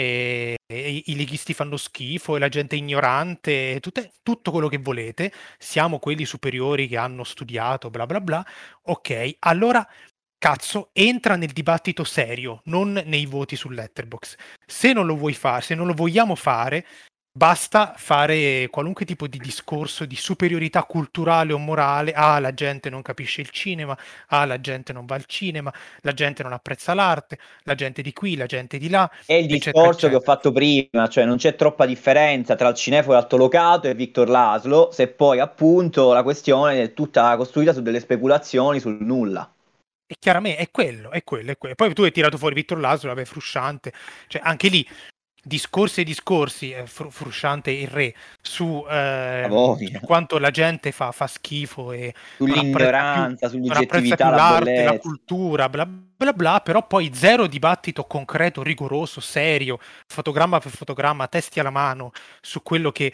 e, e i leghisti fanno schifo e la gente è ignorante, e tutte- tutto quello che volete, siamo quelli superiori che hanno studiato, bla bla bla, ok, allora cazzo, entra nel dibattito serio, non nei voti su Letterboxd. Se non lo vuoi fare, se non lo vogliamo fare, basta fare qualunque tipo di discorso di superiorità culturale o morale. Ah, la gente non capisce il cinema, ah, la gente non va al cinema, la gente non apprezza l'arte, la gente di qui, la gente di là, È il eccetera, discorso che ho eccetera. fatto prima, cioè non c'è troppa differenza tra il cinefilo altolocato e Victor Laszlo, se poi appunto la questione è tutta costruita su delle speculazioni sul nulla. E chiaramente è quello, è quello, è quello. Poi tu hai tirato fuori Victor Laszlo, vabbè, Frusciante, cioè anche lì discorsi e discorsi, eh, Fr- Frusciante il re, su, La ehm, voglia. su quanto la gente fa, fa schifo e non apprezza più, Sull'ignoranza, non apprezza sull'oggettività, più la l'arte, la bollezza. cultura, bla bla bla, però poi zero dibattito concreto, rigoroso, serio, fotogramma per fotogramma, testi alla mano, su quello che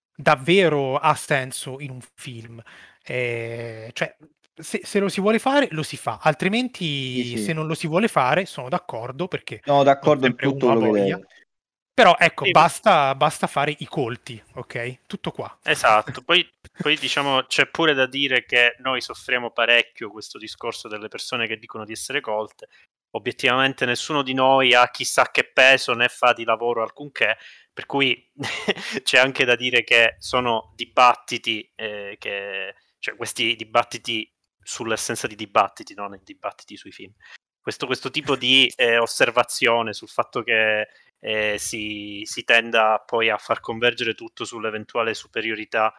davvero ha senso in un film. Eh, cioè, se, se lo si vuole fare, lo si fa, Sì, altrimenti sì. se non lo si vuole fare, sono d'accordo, perché Sono non d'accordo in sempre tutto uno ha quello che hai voglia. detto. Però ecco, Sì, basta, basta fare i colti, ok? Tutto qua. esatto, poi, poi diciamo c'è pure da dire che noi soffriamo parecchio questo discorso delle persone che dicono di essere colte. Obiettivamente nessuno di noi ha chissà che peso né fa di lavoro alcunché, per cui c'è anche da dire che sono dibattiti, eh, che, cioè questi dibattiti sull'essenza di dibattiti, non i dibattiti sui film. Questo, questo tipo di eh, osservazione sul fatto che eh, si, si tenda poi a far convergere tutto sull'eventuale superiorità,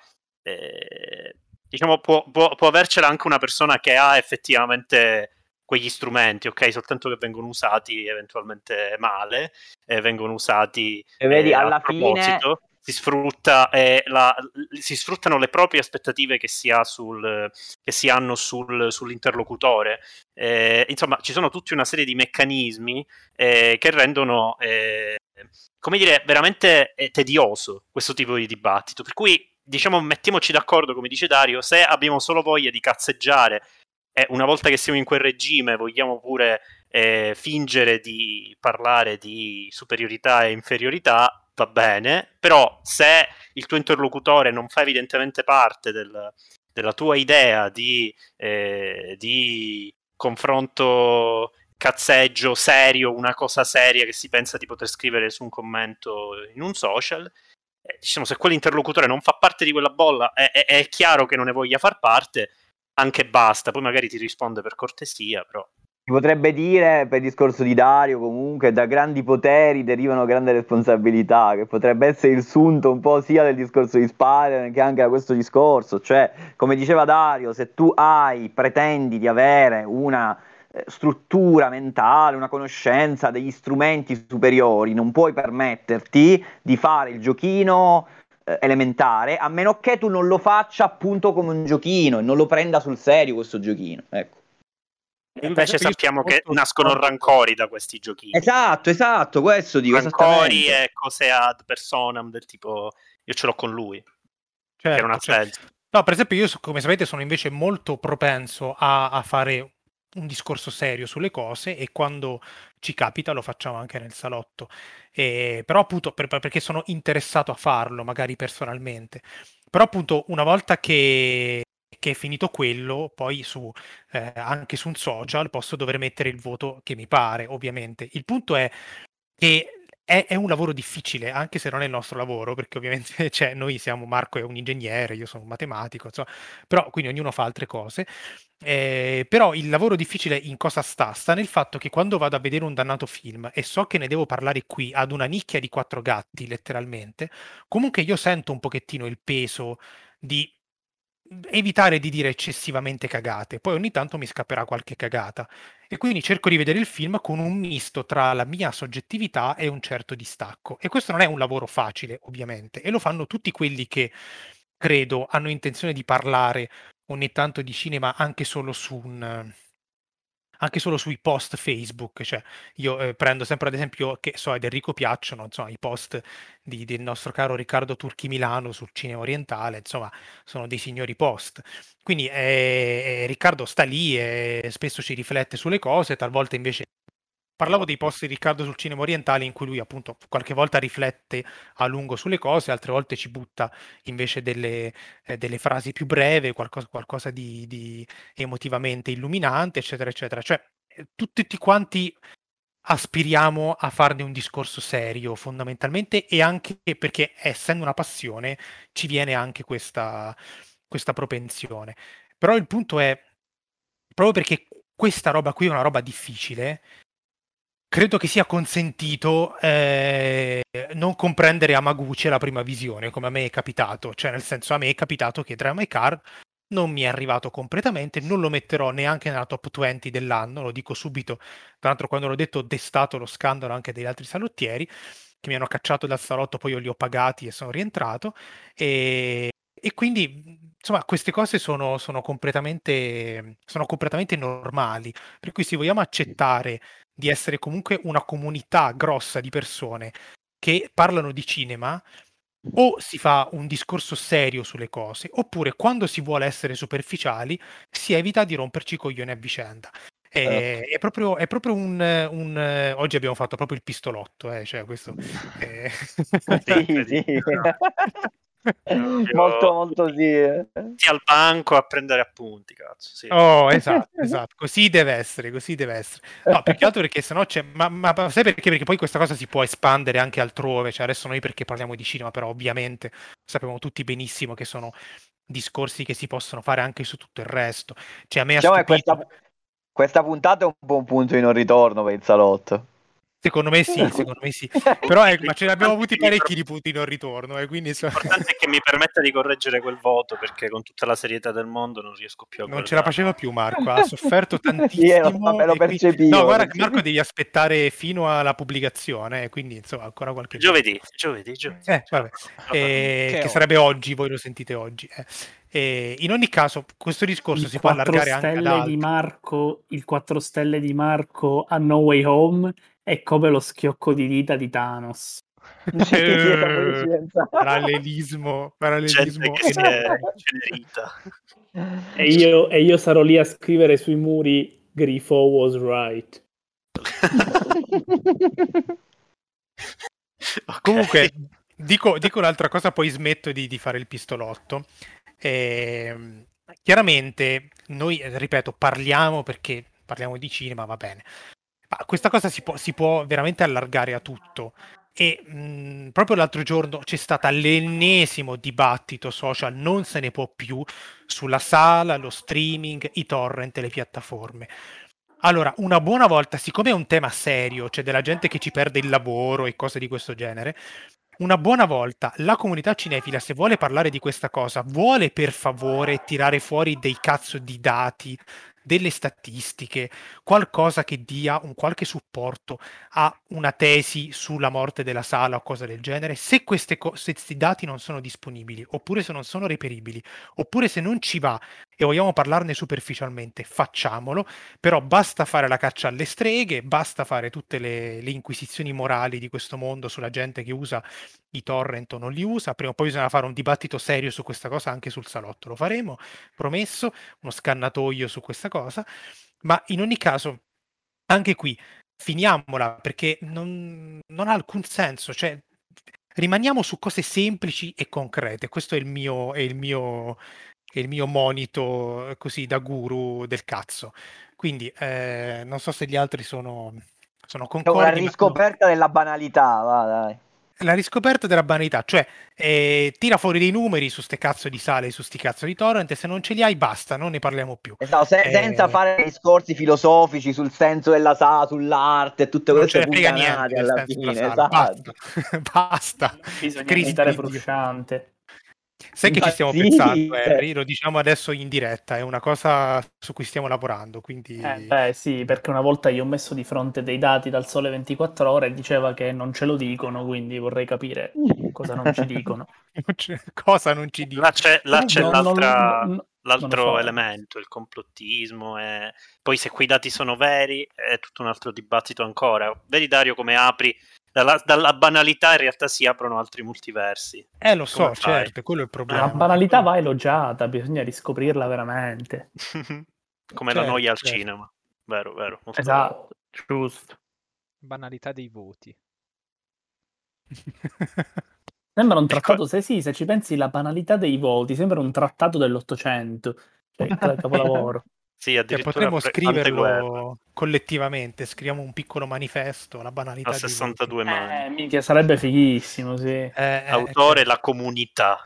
eh, diciamo può, può, può avercela anche una persona che ha effettivamente quegli strumenti, ok, soltanto che vengono usati eventualmente male, eh, vengono usati E vedi, eh, a alla fine, proposito, si sfrutta eh, la, si sfruttano le proprie aspettative che si ha sul che si hanno sul, sull'interlocutore. Eh, insomma, ci sono tutta una serie di meccanismi eh, che rendono, eh, come dire, veramente eh, tedioso questo tipo di dibattito. Per cui, diciamo, mettiamoci d'accordo, come dice Dario, se abbiamo solo voglia di cazzeggiare e una volta che siamo in quel regime vogliamo pure eh, fingere di parlare di superiorità e inferiorità, va bene, però se il tuo interlocutore non fa evidentemente parte del, della tua idea di, eh, di confronto cazzeggio serio, una cosa seria che si pensa di poter scrivere su un commento in un social, eh, diciamo, se quell'interlocutore non fa parte di quella bolla, è, è, è chiaro che non ne voglia far parte, anche basta, poi magari ti risponde per cortesia, però si potrebbe dire, per il discorso di Dario, comunque, da grandi poteri derivano grandi responsabilità, che potrebbe essere il sunto un po' sia del discorso di Spider-Man che anche da questo discorso. Cioè, come diceva Dario, se tu hai, pretendi di avere una eh, struttura mentale, una conoscenza degli strumenti superiori, non puoi permetterti di fare il giochino eh, elementare, a meno che tu non lo faccia appunto come un giochino e non lo prenda sul serio questo giochino, ecco. invece sappiamo che molto nascono d'accordo. rancori da questi giochini. Esatto, esatto, questo dico Rancori esattamente. e cose ad personam del tipo io ce l'ho con lui. certo, era una certo. scelta. No, per esempio io, so- come sapete, sono invece molto propenso a, a fare un discorso serio sulle cose e quando ci capita lo facciamo anche nel salotto. E- però appunto per- per- perché sono interessato a farlo, magari personalmente. Però appunto una volta che, che è finito quello, poi su, eh, anche su un social posso dover mettere il voto che mi pare, ovviamente. Il punto è che è, è un lavoro difficile, anche se non è il nostro lavoro, perché ovviamente cioè, noi siamo, Marco è un ingegnere, io sono un matematico, insomma, però quindi ognuno fa altre cose. Eh, però il lavoro difficile in cosa sta? Sta nel fatto che quando vado a vedere un dannato film e so che ne devo parlare qui ad una nicchia di quattro gatti, letteralmente, comunque io sento un pochettino il peso di evitare di dire eccessivamente cagate, poi ogni tanto mi scapperà qualche cagata e quindi cerco di vedere il film con un misto tra la mia soggettività e un certo distacco. E questo non è un lavoro facile, ovviamente, e lo fanno tutti quelli che credo hanno intenzione di parlare ogni tanto di cinema anche solo su un anche solo sui post Facebook, cioè io eh, prendo sempre ad esempio che so ad Enrico piacciono, insomma, i post di- del nostro caro Riccardo Turchi Milano sul cinema orientale, insomma, sono dei signori post. Quindi eh, eh, Riccardo sta lì e spesso ci riflette sulle cose, talvolta invece parlavo dei post di Riccardo sul cinema orientale in cui lui appunto qualche volta riflette a lungo sulle cose, altre volte ci butta invece delle, eh, delle frasi più breve, qualcosa, qualcosa di, di emotivamente illuminante, eccetera, eccetera. Cioè, eh, tu- tutti quanti aspiriamo a farne un discorso serio fondamentalmente e anche perché essendo una passione ci viene anche questa, questa propensione. Però il punto è, proprio perché questa roba qui è una roba difficile, credo che sia consentito eh, non comprendere Hamaguchi alla prima visione, come a me è capitato. Cioè, nel senso, a me è capitato che Drive My Car non mi è arrivato completamente, non lo metterò neanche nella top venti dell'anno, lo dico subito. Tra l'altro, quando l'ho detto, ho destato lo scandalo anche degli altri salottieri che mi hanno cacciato dal salotto, poi io li ho pagati e sono rientrato. E, e quindi, insomma, queste cose sono, sono completamente, sono completamente normali. Per cui, se vogliamo accettare di essere comunque una comunità grossa di persone che parlano di cinema, o si fa un discorso serio sulle cose, oppure quando si vuole essere superficiali si evita di romperci i coglioni a vicenda. È, è proprio, è proprio un, un, eh, oggi abbiamo fatto proprio il pistolotto, eh, cioè questo è... Sì, sì. Molto, molto sì. eh. Sì, al banco a prendere appunti, cazzo, sì. Oh, esatto, esatto, così deve essere, così deve essere. No, più che altro perché sennò c'è, ma, ma ma sai perché? Perché poi questa cosa si può espandere anche altrove, cioè adesso noi perché parliamo di cinema, però ovviamente sappiamo tutti benissimo che sono discorsi che si possono fare anche su tutto il resto. Cioè a me ha Diciamo che stupito, questa, questa puntata è un po' un punto di non ritorno per il salotto. secondo me sì, secondo me sì, però ecco, ma ce ne abbiamo avuti parecchi di punti di non ritorno, e quindi so- L'importante è che mi permetta di correggere quel voto perché con tutta la serietà del mondo non riesco più a non ce la guardare. faceva più Marco, ha sofferto Sì, eh, lo, tantissimo. vabbè, lo E qui- percepivo. No, lo guarda che percepivo. Marco devi aspettare fino alla pubblicazione, eh, quindi insomma ancora qualche giorno. Giovedì, giovedì, giovedì. Eh, vabbè. Vabbè. Eh, Che che ho- sarebbe oggi, voi lo sentite oggi. eh. Eh, in ogni caso, questo discorso Il si può quattro allargare anche ad stelle di altri. Marco, il quattro stelle di Marco a No Way Home è come lo schiocco di dita di Thanos. Sì, sì, Eh, avevo ci pensato. parallelismo, Gente parallelismo che si è enorme. incenerita. E io, e io sarò lì a scrivere sui muri Grifo was right. Ok. Comunque, dico, dico un'altra cosa, poi smetto di, di fare il pistolotto. Ehm, chiaramente, noi, eh, ripeto, parliamo perché parliamo di cinema, va bene. Ma questa cosa si può, si può veramente allargare a tutto. E mh, proprio l'altro giorno c'è stato l'ennesimo dibattito social, non se ne può più, sulla sala, lo streaming, i torrent e le piattaforme. Allora, una buona volta, siccome è un tema serio, c'è della gente che ci perde il lavoro e cose di questo genere, una buona volta la comunità cinefila, se vuole parlare di questa cosa, vuole per favore tirare fuori dei cazzo di dati, delle statistiche, qualcosa che dia un qualche supporto a una tesi sulla morte della sala o cose del genere. Se queste co- se questi dati non sono disponibili, oppure se non sono reperibili, oppure se non ci va e vogliamo parlarne superficialmente, facciamolo, però basta fare la caccia alle streghe, basta fare tutte le, le inquisizioni morali di questo mondo sulla gente che usa i torrent o non li usa, prima o poi bisogna fare un dibattito serio su questa cosa anche sul salotto, lo faremo, promesso, uno scannatoio su questa cosa, ma in ogni caso, anche qui, finiamola, perché non, non ha alcun senso, cioè rimaniamo su cose semplici e concrete, questo è il mio, è il mio, è il mio monito eh, così da guru del cazzo. Quindi eh, non so se gli altri sono, sono È una concordi, ma no. riscoperta della banalità, va dai. La riscoperta della banalità, cioè eh, tira fuori dei numeri su ste cazzo di sale, su sti cazzo di torrent, e se non ce li hai basta, non ne parliamo più. Esatto, se- Eh, senza fare discorsi filosofici sul senso della sala, sull'arte e tutte non queste ce ne frega puttanate niente del alla senso della fine, sala, esatto. basta, basta. Bisogna Crisi evitare di Dio. frusciante. Sai che ci stiamo Impazzite. pensando, Henry? Lo diciamo adesso in diretta, è una cosa su cui stiamo lavorando, quindi Eh, beh, sì, perché una volta io ho messo di fronte dei dati dal Sole ventiquattro Ore e diceva che non ce lo dicono, quindi vorrei capire cosa non ci dicono. non c'è- cosa non ci dico. Là c'è, là c'è Non- non- l'altra- non- non l'altro lo so. elemento, il complottismo. E poi se quei dati sono veri è tutto un altro dibattito ancora. Vedi Dario come apri, dalla, dalla banalità in realtà si aprono altri multiversi. Eh, lo so, Come fai? certo, quello è il La problema. banalità va elogiata, bisogna riscoprirla veramente. Come Certo, la noia al certo. cinema. Vero, vero. molto Esatto, giusto. Banalità dei voti. Sembra un Ecco. trattato, se sì, se ci pensi, la banalità dei voti, sembra un trattato dell'Ottocento, cioè il capolavoro. Sì, Cioè, addirittura potremmo pre- tante guerre. scriverlo collettivamente, scriviamo un piccolo manifesto, la banalità A dei voti. sessantadue mani. Eh, minchia, sarebbe fighissimo, sì. Eh, eh, Autore certo. la comunità.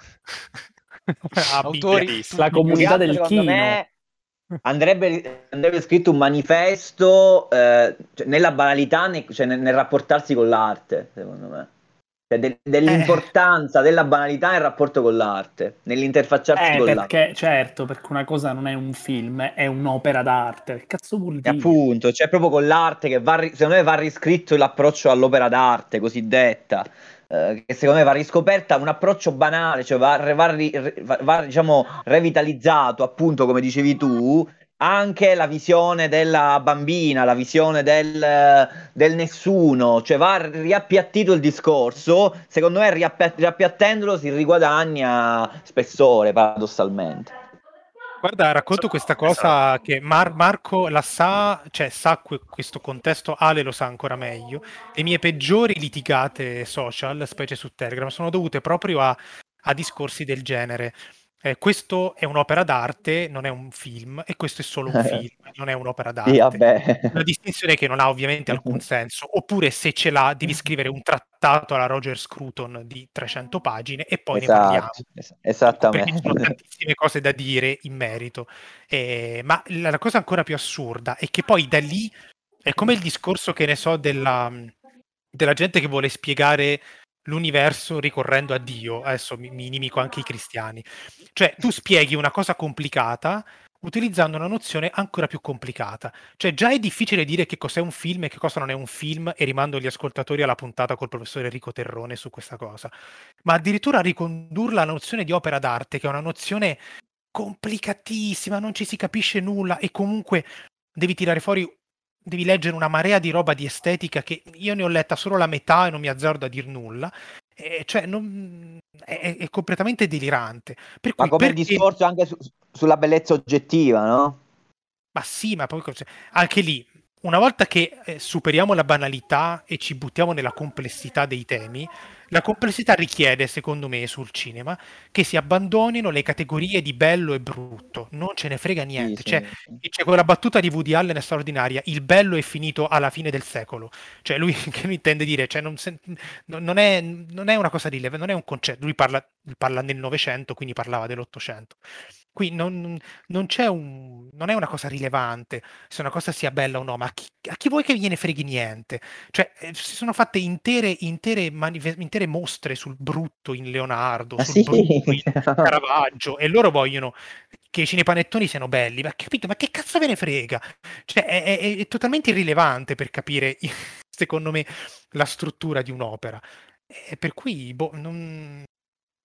Ah, Autori- Bibbia. tutti- La comunità Più che del altro, secondo chino. me, andrebbe, andrebbe scritto un manifesto eh, cioè, nella banalità, ne- cioè nel, nel rapportarsi con l'arte, secondo me. Cioè, de- dell'importanza della banalità in rapporto con l'arte, nell'interfacciarsi Eh, con l'arte. perché, certo, perché una cosa non è un film, è un'opera d'arte. Che cazzo vuol E dire? appunto, cioè proprio con l'arte che va, ri- secondo me va riscritto l'approccio all'opera d'arte cosiddetta, eh, che secondo me va riscoperta un approccio banale, cioè va, va, ri- va- va, diciamo revitalizzato, appunto come dicevi tu, anche la visione della bambina, la visione del, del nessuno, cioè va riappiattito il discorso, secondo me riappia- riappiattendolo si riguadagna spessore paradossalmente. Guarda, racconto questa cosa che Mar- Marco la sa, cioè sa que- questo contesto, Ale lo sa ancora meglio. Le mie peggiori litigate social, specie su Telegram, sono dovute proprio a, a discorsi del genere. Eh, questo è un'opera d'arte, non è un film, e questo è solo un film, non è un'opera Sì, d'arte. vabbè. Una distinzione che non ha ovviamente alcun senso, oppure se ce l'ha devi scrivere un trattato alla Roger Scruton di trecento pagine e poi ne parliamo. Esatto, es- Perché ci esattamente. sono tantissime cose da dire in merito. Eh, ma la, la cosa ancora più assurda è che poi da lì è come il discorso che ne so della, della gente che vuole spiegare l'universo ricorrendo a Dio. Adesso mi, mi inimico anche i cristiani. Cioè, tu spieghi una cosa complicata utilizzando una nozione ancora più complicata. Cioè, già è difficile dire che cos'è un film e che cosa non è un film, e rimando gli ascoltatori alla puntata col professore Enrico Terrone su questa cosa. Ma addirittura ricondurla alla nozione di opera d'arte, che è una nozione complicatissima, non ci si capisce nulla, e comunque devi tirare fuori, devi leggere una marea di roba di estetica che io ne ho letta solo la metà e non mi azzardo a dir nulla. E cioè, non, è, è completamente delirante. Per Ma cui come il perché... discorso anche su- sulla bellezza oggettiva, no? Ma sì, ma poi cioè, anche lì, una volta che eh, superiamo la banalità e ci buttiamo nella complessità dei temi, la complessità richiede, secondo me, sul cinema, che si abbandonino le categorie di bello e brutto. Non ce ne frega niente. Sì, Cioè, sì. c'è quella battuta di Woody Allen è straordinaria: il bello è finito alla fine del secolo. Cioè, lui che lui intende dire, cioè, non, se- non- non è, non è una cosa rilevante, non è un concetto. Lui parla, parla nel Novecento, quindi parlava dell'Ottocento. Qui non, non c'è un, non è una cosa rilevante se una cosa sia bella o no, ma a chi, a chi vuoi che gliene freghi niente? Cioè, eh, si sono fatte intere, intere, manife- intere mostre sul brutto in Leonardo, Ma sul sì. brutto in Caravaggio, e loro vogliono che i cinepanettoni siano belli. Ma capito? Ma che cazzo ve ne frega? Cioè, è, è- è totalmente irrilevante per capire, secondo me, la struttura di un'opera. E per cui, boh, non...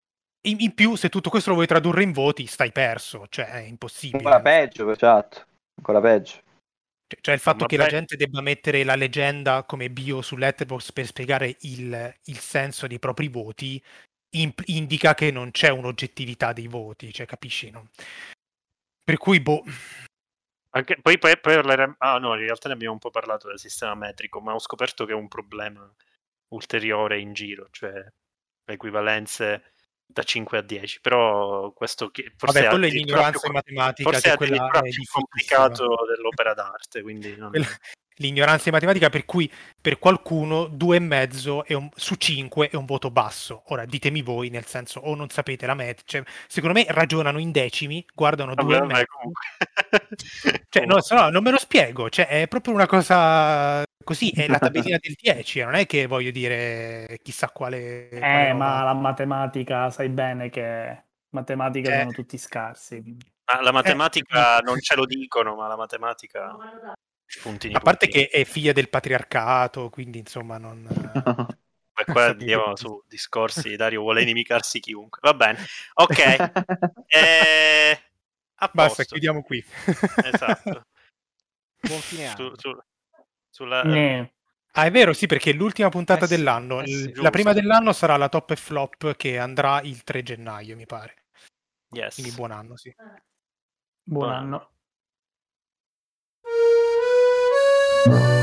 In, in più, se tutto questo lo vuoi tradurre in voti, stai perso, cioè è impossibile. Ancora peggio, esatto. Ancora peggio. Cioè, cioè il fatto ma che beh- la gente debba mettere la leggenda come bio su Letterboxd per spiegare il, il senso dei propri voti imp- indica che non c'è un'oggettività dei voti, cioè capisci? No? Per cui, boh, Anche, poi, poi, poi parleremo- ah no, in realtà ne abbiamo un po' parlato del sistema metrico, ma ho scoperto che è un problema ulteriore in giro, cioè le equivalenze da cinque a dieci, però questo chi- forse vabbè, è quello è addirittura più, l'ignoranza in co- matematica, forse è che quella addirittura è più difficilissima. complicato dell'opera d'arte, quindi non... Quella- L'ignoranza in matematica per cui per qualcuno due e mezzo è un- su cinque è un voto basso. Ora ditemi voi, nel senso, o non sapete la metrica, cioè, secondo me ragionano in decimi, guardano due Vabbè, e vabbè, mezzo. comunque. Cioè, no, Comunque. se no, non me lo spiego, cioè, è proprio una cosa così, è la tabellina del dieci, non è che voglio dire chissà quale, quale Eh, roba. ma la matematica, sai bene che matematica Eh. sono tutti scarsi. Ma la Eh, matematica non ce lo dicono, ma la matematica puntini a parte puntini. che è figlia del patriarcato, quindi insomma non... Beh, qua sapete andiamo che- su discorsi, Dario vuole inimicarsi chiunque. Va bene, ok. Eh, a Basta, posto. chiudiamo qui. Esatto. Buon fine Su- anno. su- sulla, Ne. Ah, è vero, sì, perché è l'ultima puntata Eh sì, dell'anno. eh L- sì. La Giusto. prima dell'anno sarà la top e flop che andrà il tre gennaio, mi pare. yes. Quindi buon anno, sì. Buon Buon anno. anno.